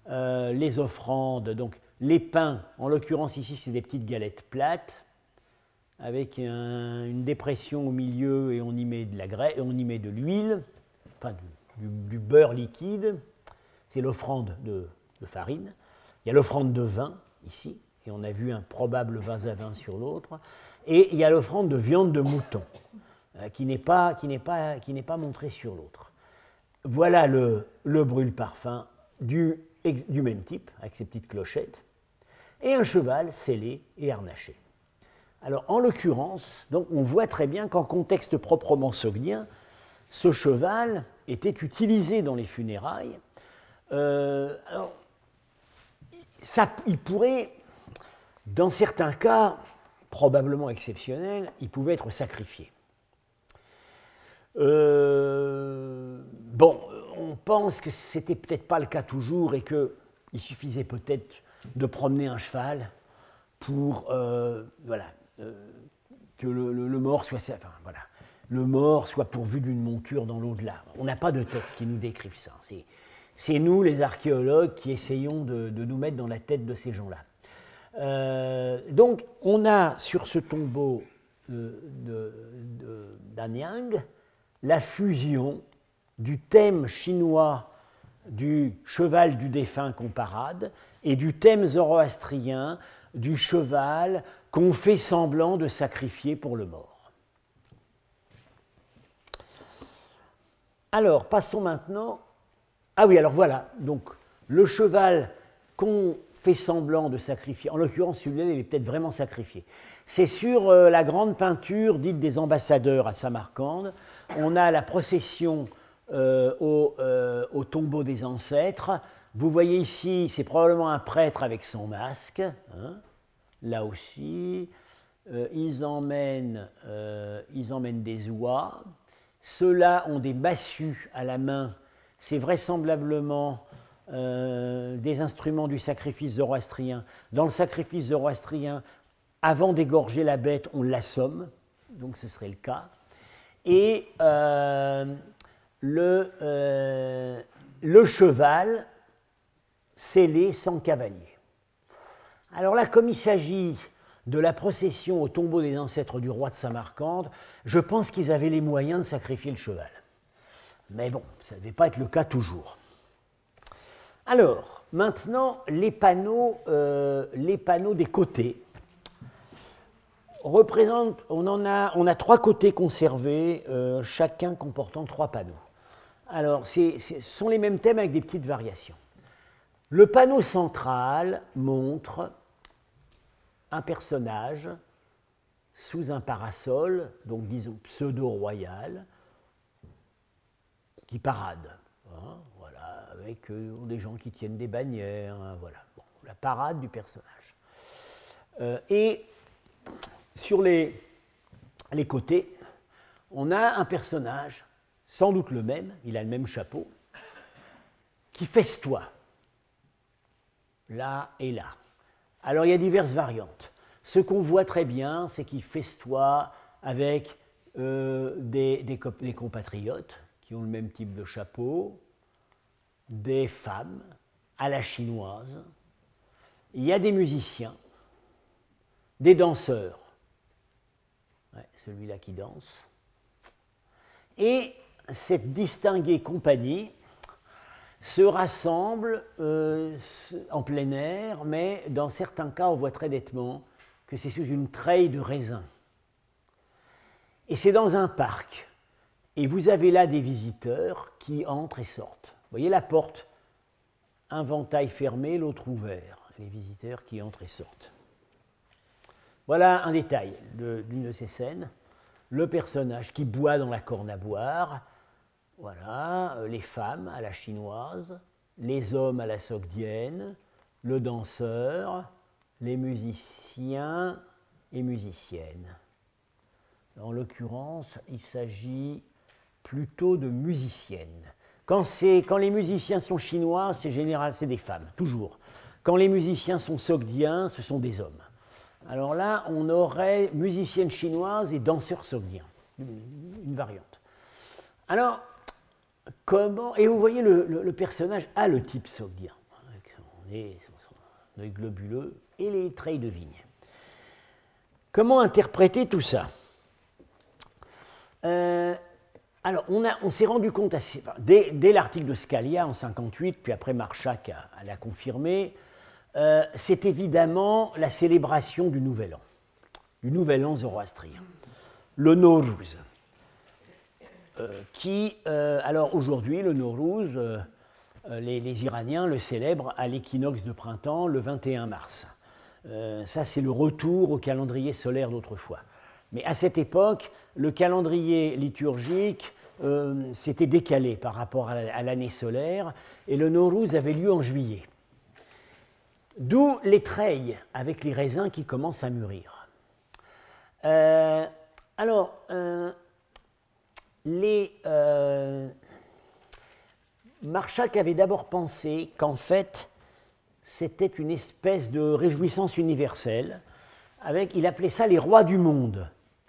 les offrandes, donc les pains, en l'occurrence ici c'est des petites galettes plates, avec une dépression au milieu et on y met de la graisse, on y met de l'huile, enfin du beurre liquide, c'est l'offrande de farine. Il y a l'offrande de vin ici, et on a vu un probable vase à vin sur l'autre, et il y a l'offrande de viande de mouton, qui n'est pas montrée sur l'autre. Voilà le brûle-parfum du même type, avec ses petites clochettes, et un cheval scellé et harnaché. Alors, en l'occurrence, donc, on voit très bien qu'en contexte proprement sogdien, ce cheval était utilisé dans les funérailles. Alors, il pourrait, dans certains cas, probablement exceptionnels, il pouvait être sacrifié. Bon, on pense que c'était peut-être pas le cas toujours et qu'il suffisait peut-être de promener un cheval pour que le mort soit, le mort soit pourvu d'une monture dans l'au-delà. On n'a pas de texte qui nous décrive ça. C'est nous, les archéologues, qui essayons de nous mettre dans la tête de ces gens-là. Donc, on a sur ce tombeau d'Anyang la fusion du thème chinois du cheval du défunt qu'on parade et du thème zoroastrien du cheval qu'on fait semblant de sacrifier pour le mort. Alors, passons maintenant... Ah oui, alors voilà, donc le cheval qu'on fait semblant de sacrifier, en l'occurrence celui-là, il est peut-être vraiment sacrifié. C'est sur la grande peinture dite des ambassadeurs à Samarcande, on a la procession au tombeau des ancêtres. Vous voyez ici, c'est probablement un prêtre avec son masque, hein, là aussi. Ils emmènent des oies. Ceux-là ont des massues à la main. C'est vraisemblablement des instruments du sacrifice zoroastrien. Dans le sacrifice zoroastrien, avant d'égorger la bête, on l'assomme, donc ce serait le cas. Et le cheval scellé sans cavalier. Alors là, comme il s'agit de la procession au tombeau des ancêtres du roi de Samarcande, je pense qu'ils avaient les moyens de sacrifier le cheval. Mais bon, ça ne devait pas être le cas toujours. Alors, maintenant, les panneaux des côtés représentent, on a 3 côtés conservés, chacun comportant 3 panneaux. Alors, ce sont les mêmes thèmes avec des petites variations. Le panneau central montre un personnage sous un parasol, donc disons pseudo-royal, qui parade, hein, voilà, avec des gens qui tiennent des bannières, hein, voilà, bon, la parade du personnage. Et sur les côtés, on a un personnage, sans doute le même, il a le même chapeau, qui festoie, là et là. Alors il y a diverses variantes. Ce qu'on voit très bien, c'est qu'il festoie avec des compatriotes qui ont le même type de chapeau, des femmes à la chinoise, il y a des musiciens, des danseurs, ouais, celui-là qui danse, et cette distinguée compagnie se rassemble en plein air, mais dans certains cas, on voit très nettement que c'est sous une treille de raisin. Et c'est dans un parc. Et vous avez là des visiteurs qui entrent et sortent. Vous voyez la porte, un ventail fermé, l'autre ouvert. Les visiteurs qui entrent et sortent. Voilà un détail d'une de ces scènes. Le personnage qui boit dans la corne à boire. Voilà, les femmes à la chinoise, les hommes à la sogdienne, le danseur, les musiciens et musiciennes. En l'occurrence, il s'agit plutôt de musiciennes. Quand les musiciens sont chinois, c'est des femmes, toujours. Quand les musiciens sont sogdiens, ce sont des hommes. Alors là, on aurait musicienne chinoise et danseur sogdien, une variante. Alors, comment... Et vous voyez, le personnage a le type sogdien, avec son œil globuleux, et les treilles de vigne. Comment interpréter tout ça? Alors, on s'est rendu compte, dès l'article de Scalia en 1958, puis après Marchak l'a confirmé, c'est évidemment la célébration du Nouvel An zoroastrien, le Nowruz, alors aujourd'hui, le Nowruz, les Iraniens le célèbrent à l'équinoxe de printemps, le 21 mars. Ça, c'est le retour au calendrier solaire d'autrefois. Mais à cette époque, le calendrier liturgique s'était décalé par rapport à l'année solaire, et le Nowruz avait lieu en juillet. D'où les treilles avec les raisins qui commencent à mûrir. Marchak avait d'abord pensé qu'en fait, c'était une espèce de réjouissance universelle. Il appelait ça les rois du monde.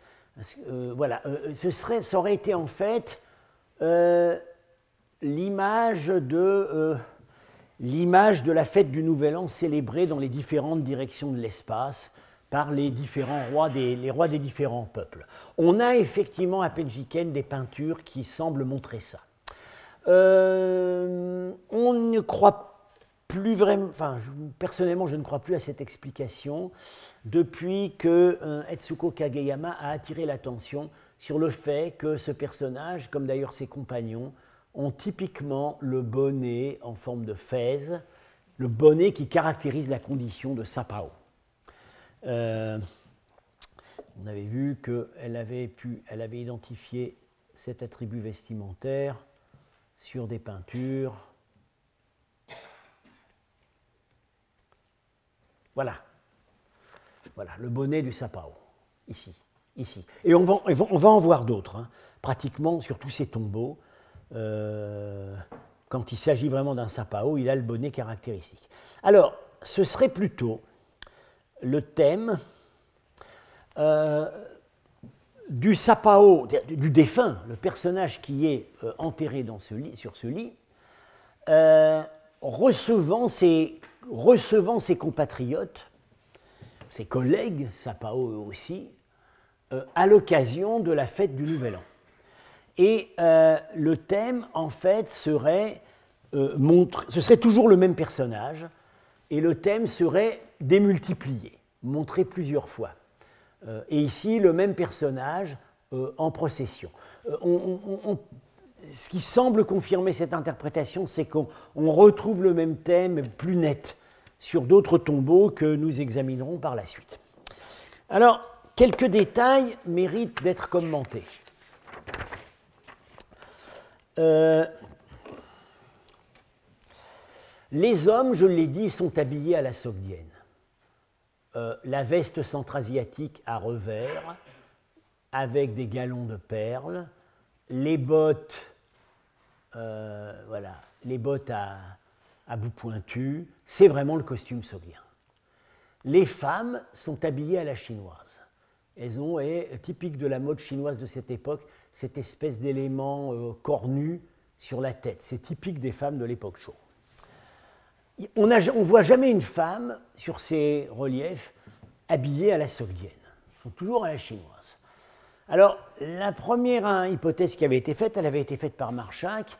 Ça aurait été en fait l'image de la fête du Nouvel An célébrée dans les différentes directions de l'espace par les rois des différents peuples. On a effectivement à Penjiken des peintures qui semblent montrer ça. On ne croit plus vraiment, personnellement, je ne crois plus à cette explication depuis que Etsuko Kageyama a attiré l'attention sur le fait que ce personnage, comme d'ailleurs ses compagnons, ont typiquement le bonnet en forme de fez, le bonnet qui caractérise la condition de Sapao. On avait vu qu'elle avait identifié cet attribut vestimentaire sur des peintures. Voilà, le bonnet du Sapao, ici. Et on va en voir d'autres, pratiquement sur tous ces tombeaux. Quand il s'agit vraiment d'un Sapao, il a le bonnet caractéristique. Alors, ce serait plutôt le thème du Sapao, du défunt, le personnage qui est enterré sur ce lit, recevant ses compatriotes, ses collègues, Sapao eux aussi, à l'occasion de la fête du Nouvel An. Et le thème, en fait, ce serait toujours le même personnage, et le thème serait démultiplié, montré plusieurs fois. Et ici, le même personnage en procession. Ce qui semble confirmer cette interprétation, c'est qu'on retrouve le même thème plus net sur d'autres tombeaux que nous examinerons par la suite. Alors, quelques détails méritent d'être commentés. Les hommes, je l'ai dit, sont habillés à la sogdienne. La veste centra-asiatique à revers, avec des galons de perles, les bottes, les bottes à bout pointu, c'est vraiment le costume sogdien. Les femmes sont habillées à la chinoise. Elles ont, typique de la mode chinoise de cette époque, cette espèce d'élément cornu sur la tête. C'est typique des femmes de l'époque Shō. On ne voit jamais une femme sur ces reliefs habillée à la sogdienne. Elles sont toujours à la chinoise. Alors, la première hypothèse qui avait été faite, elle avait été faite par Marchak.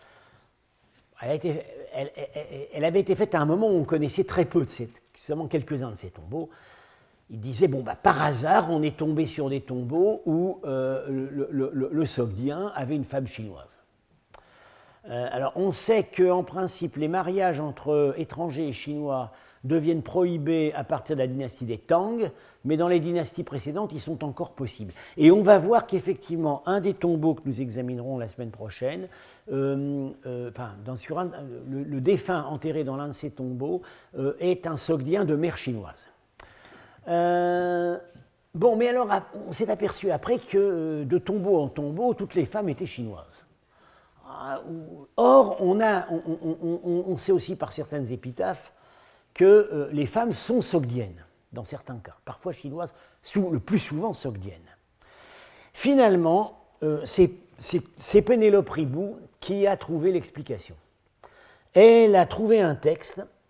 Elle avait été faite à un moment où on connaissait très peu, seulement quelques-uns de ces tombeaux. Il disait, par hasard, on est tombé sur des tombeaux où le sogdien avait une femme chinoise. Alors, on sait qu'en principe, les mariages entre étrangers et chinois deviennent prohibés à partir de la dynastie des Tang, mais dans les dynasties précédentes, ils sont encore possibles. Et on va voir qu'effectivement, un des tombeaux que nous examinerons la semaine prochaine, le défunt enterré dans l'un de ces tombeaux est un sogdien de mère chinoise. Mais alors, on s'est aperçu après que de tombeau en tombeau, toutes les femmes étaient chinoises. Or, on sait aussi par certaines épitaphes que les femmes sont sogdiennes, dans certains cas, parfois chinoises, le plus souvent sogdiennes. Finalement, c'est Pénélope Ribou qui a trouvé l'explication. Elle a trouvé un texte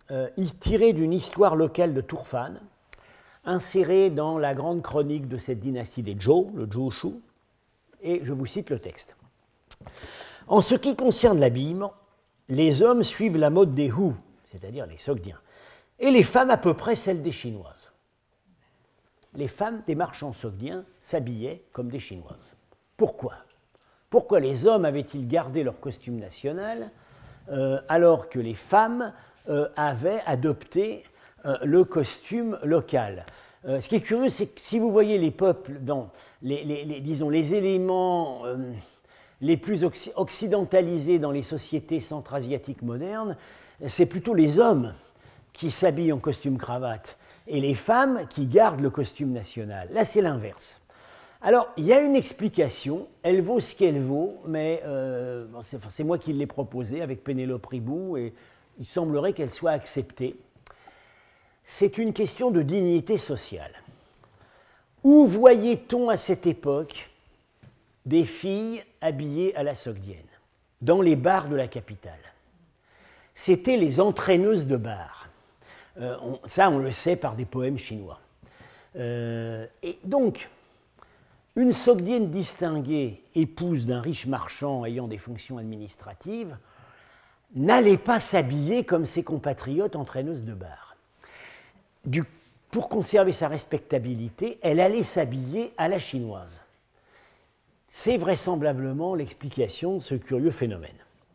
tiré d'une histoire locale de Turfan, insérée dans la grande chronique de cette dynastie des Zhou, le Zhou-Shu, et je vous cite le texte. En ce qui concerne l'habillement, les hommes suivent la mode des Hu, c'est-à-dire les Sogdiens, et les femmes à peu près celle des Chinoises. Les femmes des marchands sogdiens s'habillaient comme des Chinoises. Pourquoi ? Pourquoi les hommes avaient-ils gardé leur costume national alors que les femmes avaient adopté le costume local ? Ce qui est curieux, c'est que si vous voyez les peuples dans disons, les éléments les plus occidentalisés dans les sociétés centra-asiatiques modernes, c'est plutôt les hommes qui s'habillent en costume cravate et les femmes qui gardent le costume national. Là, c'est l'inverse. Alors, il y a une explication, elle vaut ce qu'elle vaut, mais c'est moi qui l'ai proposée avec Pénélope Ribou, et il semblerait qu'elle soit acceptée. C'est une question de dignité sociale. Où voyait-on à cette époque des filles habillées à la sogdienne? Dans les bars de la capitale. C'était les entraîneuses de bars. Ça, on le sait par des poèmes chinois. Et donc, une sogdienne distinguée, épouse d'un riche marchand ayant des fonctions administratives, n'allait pas s'habiller comme ses compatriotes entraîneuses de bar. Pour conserver sa respectabilité, elle allait s'habiller à la chinoise. C'est vraisemblablement l'explication de ce curieux phénomène.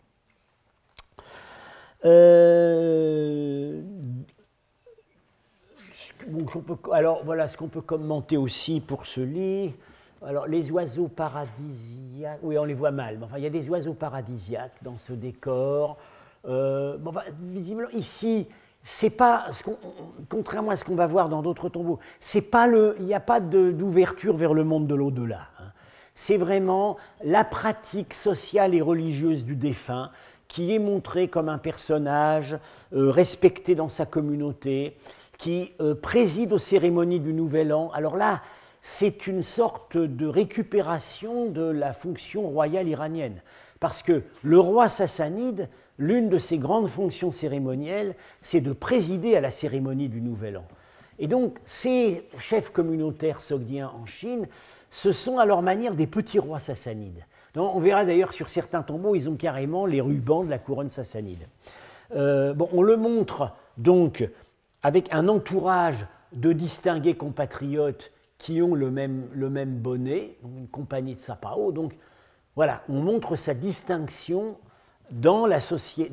Alors voilà ce qu'on peut commenter aussi pour ce lit. Alors les oiseaux paradisiaques, oui on les voit mal, mais enfin il y a des oiseaux paradisiaques dans ce décor. Visiblement ici, c'est pas, contrairement à ce qu'on va voir dans d'autres tombeaux, il n'y a pas d'ouverture vers le monde de l'au-delà. Hein. C'est vraiment la pratique sociale et religieuse du défunt qui est montré comme un personnage respecté dans sa communauté, qui préside aux cérémonies du Nouvel An. Alors là, c'est une sorte de récupération de la fonction royale iranienne. Parce que le roi sassanide, l'une de ses grandes fonctions cérémonielles, c'est de présider à la cérémonie du Nouvel An. Et donc, ces chefs communautaires sogdiens en Chine, ce sont à leur manière des petits rois sassanides. Donc, on verra d'ailleurs sur certains tombeaux, ils ont carrément les rubans de la couronne sassanide. On le montre donc avec un entourage de distingués compatriotes qui ont le même bonnet, une compagnie de Sapao. Donc voilà, on montre sa distinction dans la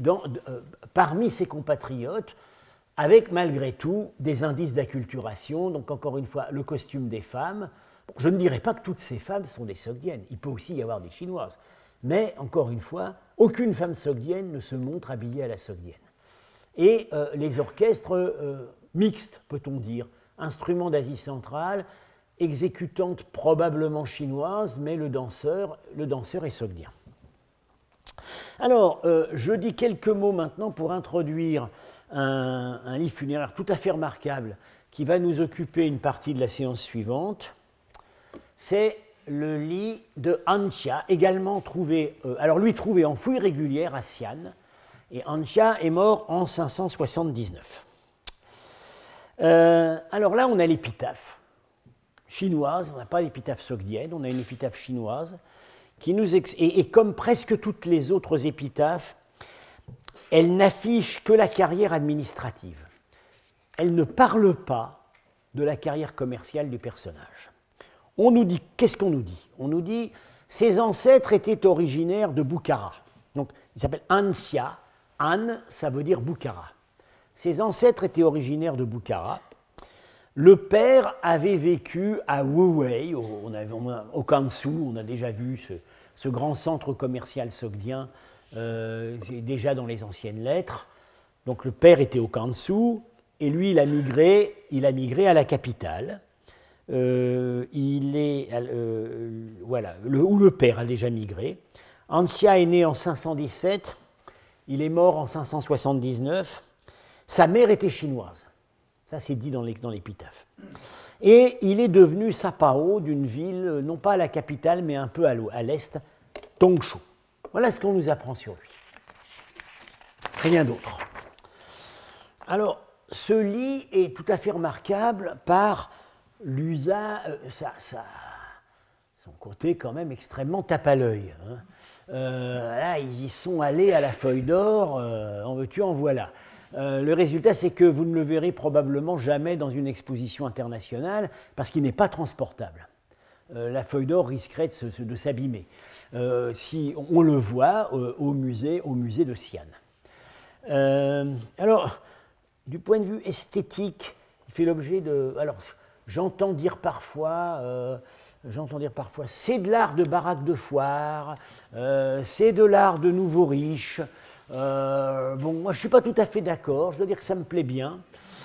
parmi ses compatriotes, avec malgré tout des indices d'acculturation. Donc encore une fois, le costume des femmes. Je ne dirais pas que toutes ces femmes sont des sogdiennes, il peut aussi y avoir des chinoises. Mais encore une fois, aucune femme sogdienne ne se montre habillée à la sogdienne. Et les orchestres mixtes, peut-on dire, instruments d'Asie centrale, exécutante probablement chinoise, mais le danseur est sogdien. Alors, je dis quelques mots maintenant pour introduire un lit funéraire tout à fait remarquable qui va nous occuper une partie de la séance suivante. C'est le lit de Anxia, également trouvé, trouvé en fouille régulière à Xi'an, et Anxia est mort en 579. Alors là, on a l'épitaphe chinoise, on n'a pas l'épitaphe sogdienne, on a une épitaphe chinoise, qui nous et comme presque toutes les autres épitaphes, elle n'affiche que la carrière administrative. Elle ne parle pas de la carrière commerciale du personnage. On nous dit, qu'est-ce qu'on nous dit? On nous dit, ses ancêtres étaient originaires de Bukhara. Donc, il s'appelle Anxia. An, ça veut dire Bukhara. Ses ancêtres étaient originaires de Bukhara. Le père avait vécu à Wuwei, au Kansu, on a déjà vu ce grand centre commercial sogdien, déjà dans les anciennes lettres. Donc le père était au Kansu, et lui il a migré à la capitale. Où le père a déjà migré. Anxia est né en 517, il est mort en 579. Sa mère était chinoise, ça c'est dit dans l'épitaphe. Et il est devenu Sapao d'une ville, non pas à la capitale, mais un peu à l'est, Tongshu. Voilà ce qu'on nous apprend sur lui. Rien d'autre. Alors, ce lit est tout à fait remarquable par l'usage, son côté quand même extrêmement tape à l'œil. Hein. Là, ils y sont allés à la feuille d'or, en veux-tu, en voilà. Le résultat, c'est que vous ne le verrez probablement jamais dans une exposition internationale parce qu'il n'est pas transportable. La feuille d'or risquerait de s'abîmer. Si on le voit au musée de Sienne. Alors, du point de vue esthétique, il fait l'objet de... Alors, j'entends dire parfois, c'est de l'art de baraque de foire, c'est de l'art de nouveaux riches. Moi, je ne suis pas tout à fait d'accord, je dois dire que ça me plaît bien.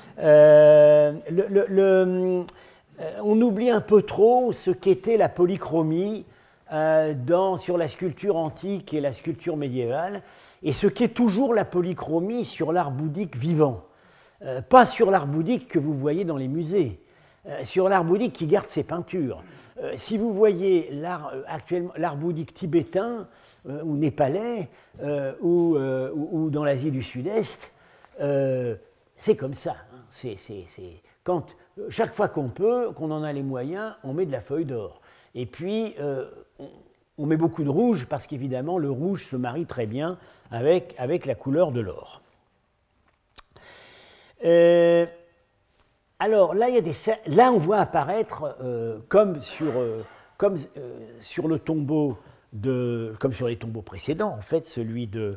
On oublie un peu trop ce qu'était la polychromie sur la sculpture antique et la sculpture médiévale, et ce qu'est toujours la polychromie sur l'art bouddhique vivant. Pas sur l'art bouddhique que vous voyez dans les musées, sur l'art bouddhique qui garde ses peintures. Si vous voyez l'art bouddhique tibétain ou népalais ou dans l'Asie du Sud-Est, c'est comme ça. Hein. Chaque fois qu'on peut, qu'on en a les moyens, on met de la feuille d'or. Et puis, on met beaucoup de rouge parce qu'évidemment, le rouge se marie très bien avec la couleur de l'or. Alors là, on voit apparaître, comme sur le tombeau comme sur les tombeaux précédents, en fait, le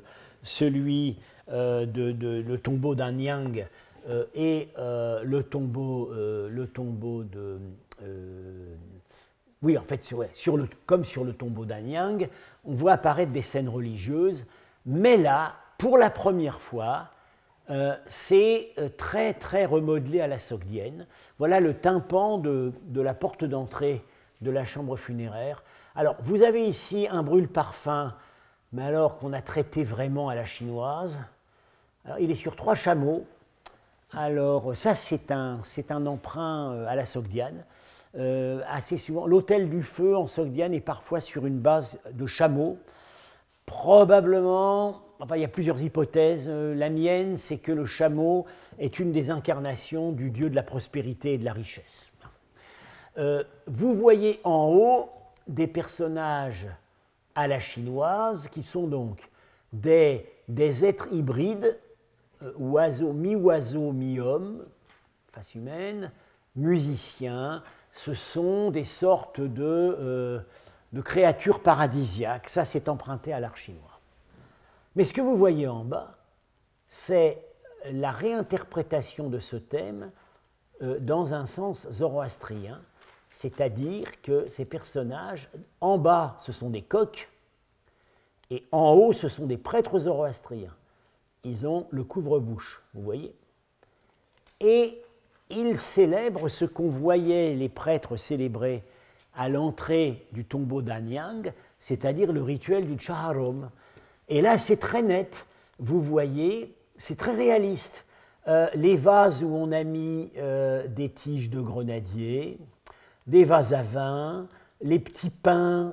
tombeau d'Anyang et le tombeau de... oui, en fait, comme sur le tombeau d'Anyang, on voit apparaître des scènes religieuses, mais là, pour la première fois, c'est très, très remodelé à la sogdienne. Voilà le tympan de la porte d'entrée de la chambre funéraire. Alors, vous avez ici un brûle-parfum, mais alors qu'on a traité vraiment à la chinoise. Alors, il est sur 3 chameaux. Alors, ça, c'est un emprunt à la sogdiane. Assez souvent, l'autel du feu en sogdiane est parfois sur une base de chameaux. Probablement, enfin, il y a plusieurs hypothèses. La mienne, c'est que le chameau est une des incarnations du dieu de la prospérité et de la richesse. Vous voyez en haut des personnages à la chinoise qui sont donc des êtres hybrides, mi-oiseau, mi-homme, face humaine, musiciens. Ce sont des sortes de créatures paradisiaques. Ça, c'est emprunté à l'art chinois. Mais ce que vous voyez en bas, c'est la réinterprétation de ce thème dans un sens zoroastrien, c'est-à-dire que ces personnages, en bas, ce sont des coqs, et en haut, ce sont des prêtres zoroastriens. Ils ont le couvre-bouche, vous voyez. Et ils célèbrent ce qu'on voyait les prêtres célébrer à l'entrée du tombeau d'Anyang, c'est-à-dire le rituel du Chaharom. Et là, c'est très net. Vous voyez, c'est très réaliste. Les vases où on a mis des tiges de grenadier, des vases à vin, les petits pains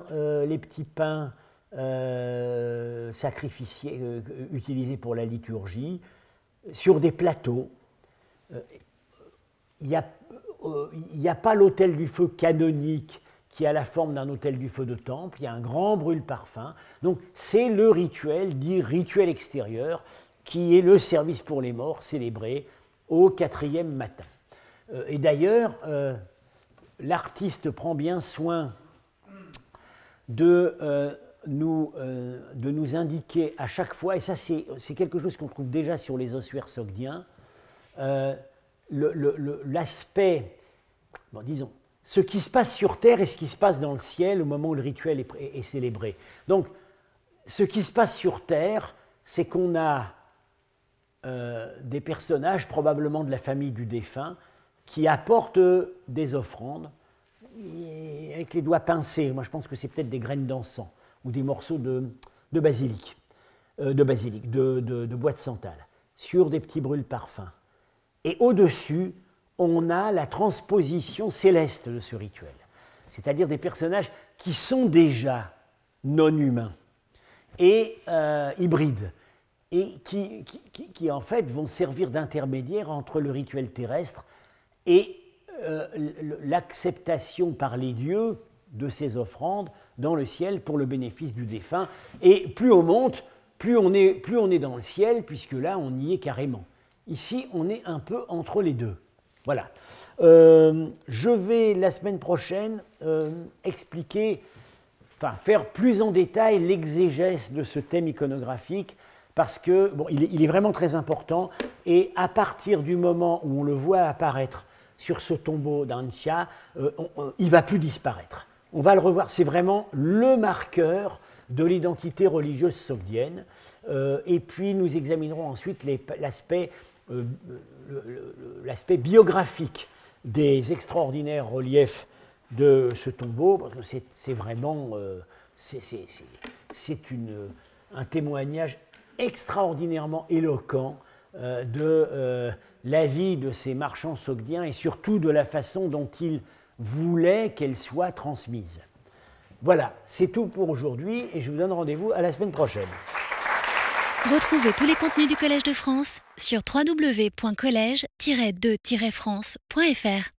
sacrificiés utilisés pour la liturgie, sur des plateaux. Il n'y a pas l'autel du feu canonique qui a la forme d'un autel du feu de temple, il y a un grand brûle-parfum. Donc c'est le rituel, dit rituel extérieur, qui est le service pour les morts célébré au 4e matin. Et d'ailleurs, l'artiste prend bien soin de nous indiquer à chaque fois, et ça c'est quelque chose qu'on trouve déjà sur les ossuaires sogdiens, l'aspect, bon, disons, ce qui se passe sur Terre et ce qui se passe dans le ciel au moment où le rituel est célébré. Donc, ce qui se passe sur Terre, c'est qu'on a des personnages, probablement de la famille du défunt, qui apportent des offrandes avec les doigts pincés. Moi, je pense que c'est peut-être des graines d'encens ou des morceaux de basilic, de bois de santal, sur des petits brûle-parfums. Et au-dessus, on a la transposition céleste de ce rituel, c'est-à-dire des personnages qui sont déjà non humains et hybrides, et qui en fait vont servir d'intermédiaire entre le rituel terrestre et l'acceptation par les dieux de ces offrandes dans le ciel pour le bénéfice du défunt. Et plus on monte, plus on est dans le ciel, puisque là, on y est carrément. Ici, on est un peu entre les deux. Voilà. Je vais, la semaine prochaine, faire plus en détail l'exégèse de ce thème iconographique, parce que il est vraiment très important, et à partir du moment où on le voit apparaître sur ce tombeau d'Ancia, il ne va plus disparaître. On va le revoir, c'est vraiment le marqueur de l'identité religieuse sogdienne. Et puis nous examinerons ensuite l'aspect biographique des extraordinaires reliefs de ce tombeau, parce que c'est vraiment un témoignage extraordinairement éloquent de la vie de ces marchands sogdiens et surtout de la façon dont ils voulaient qu'elle soit transmise. Voilà, c'est tout pour aujourd'hui et je vous donne rendez-vous à la semaine prochaine. Retrouvez tous les contenus du Collège de France sur www.collège-2-france.fr.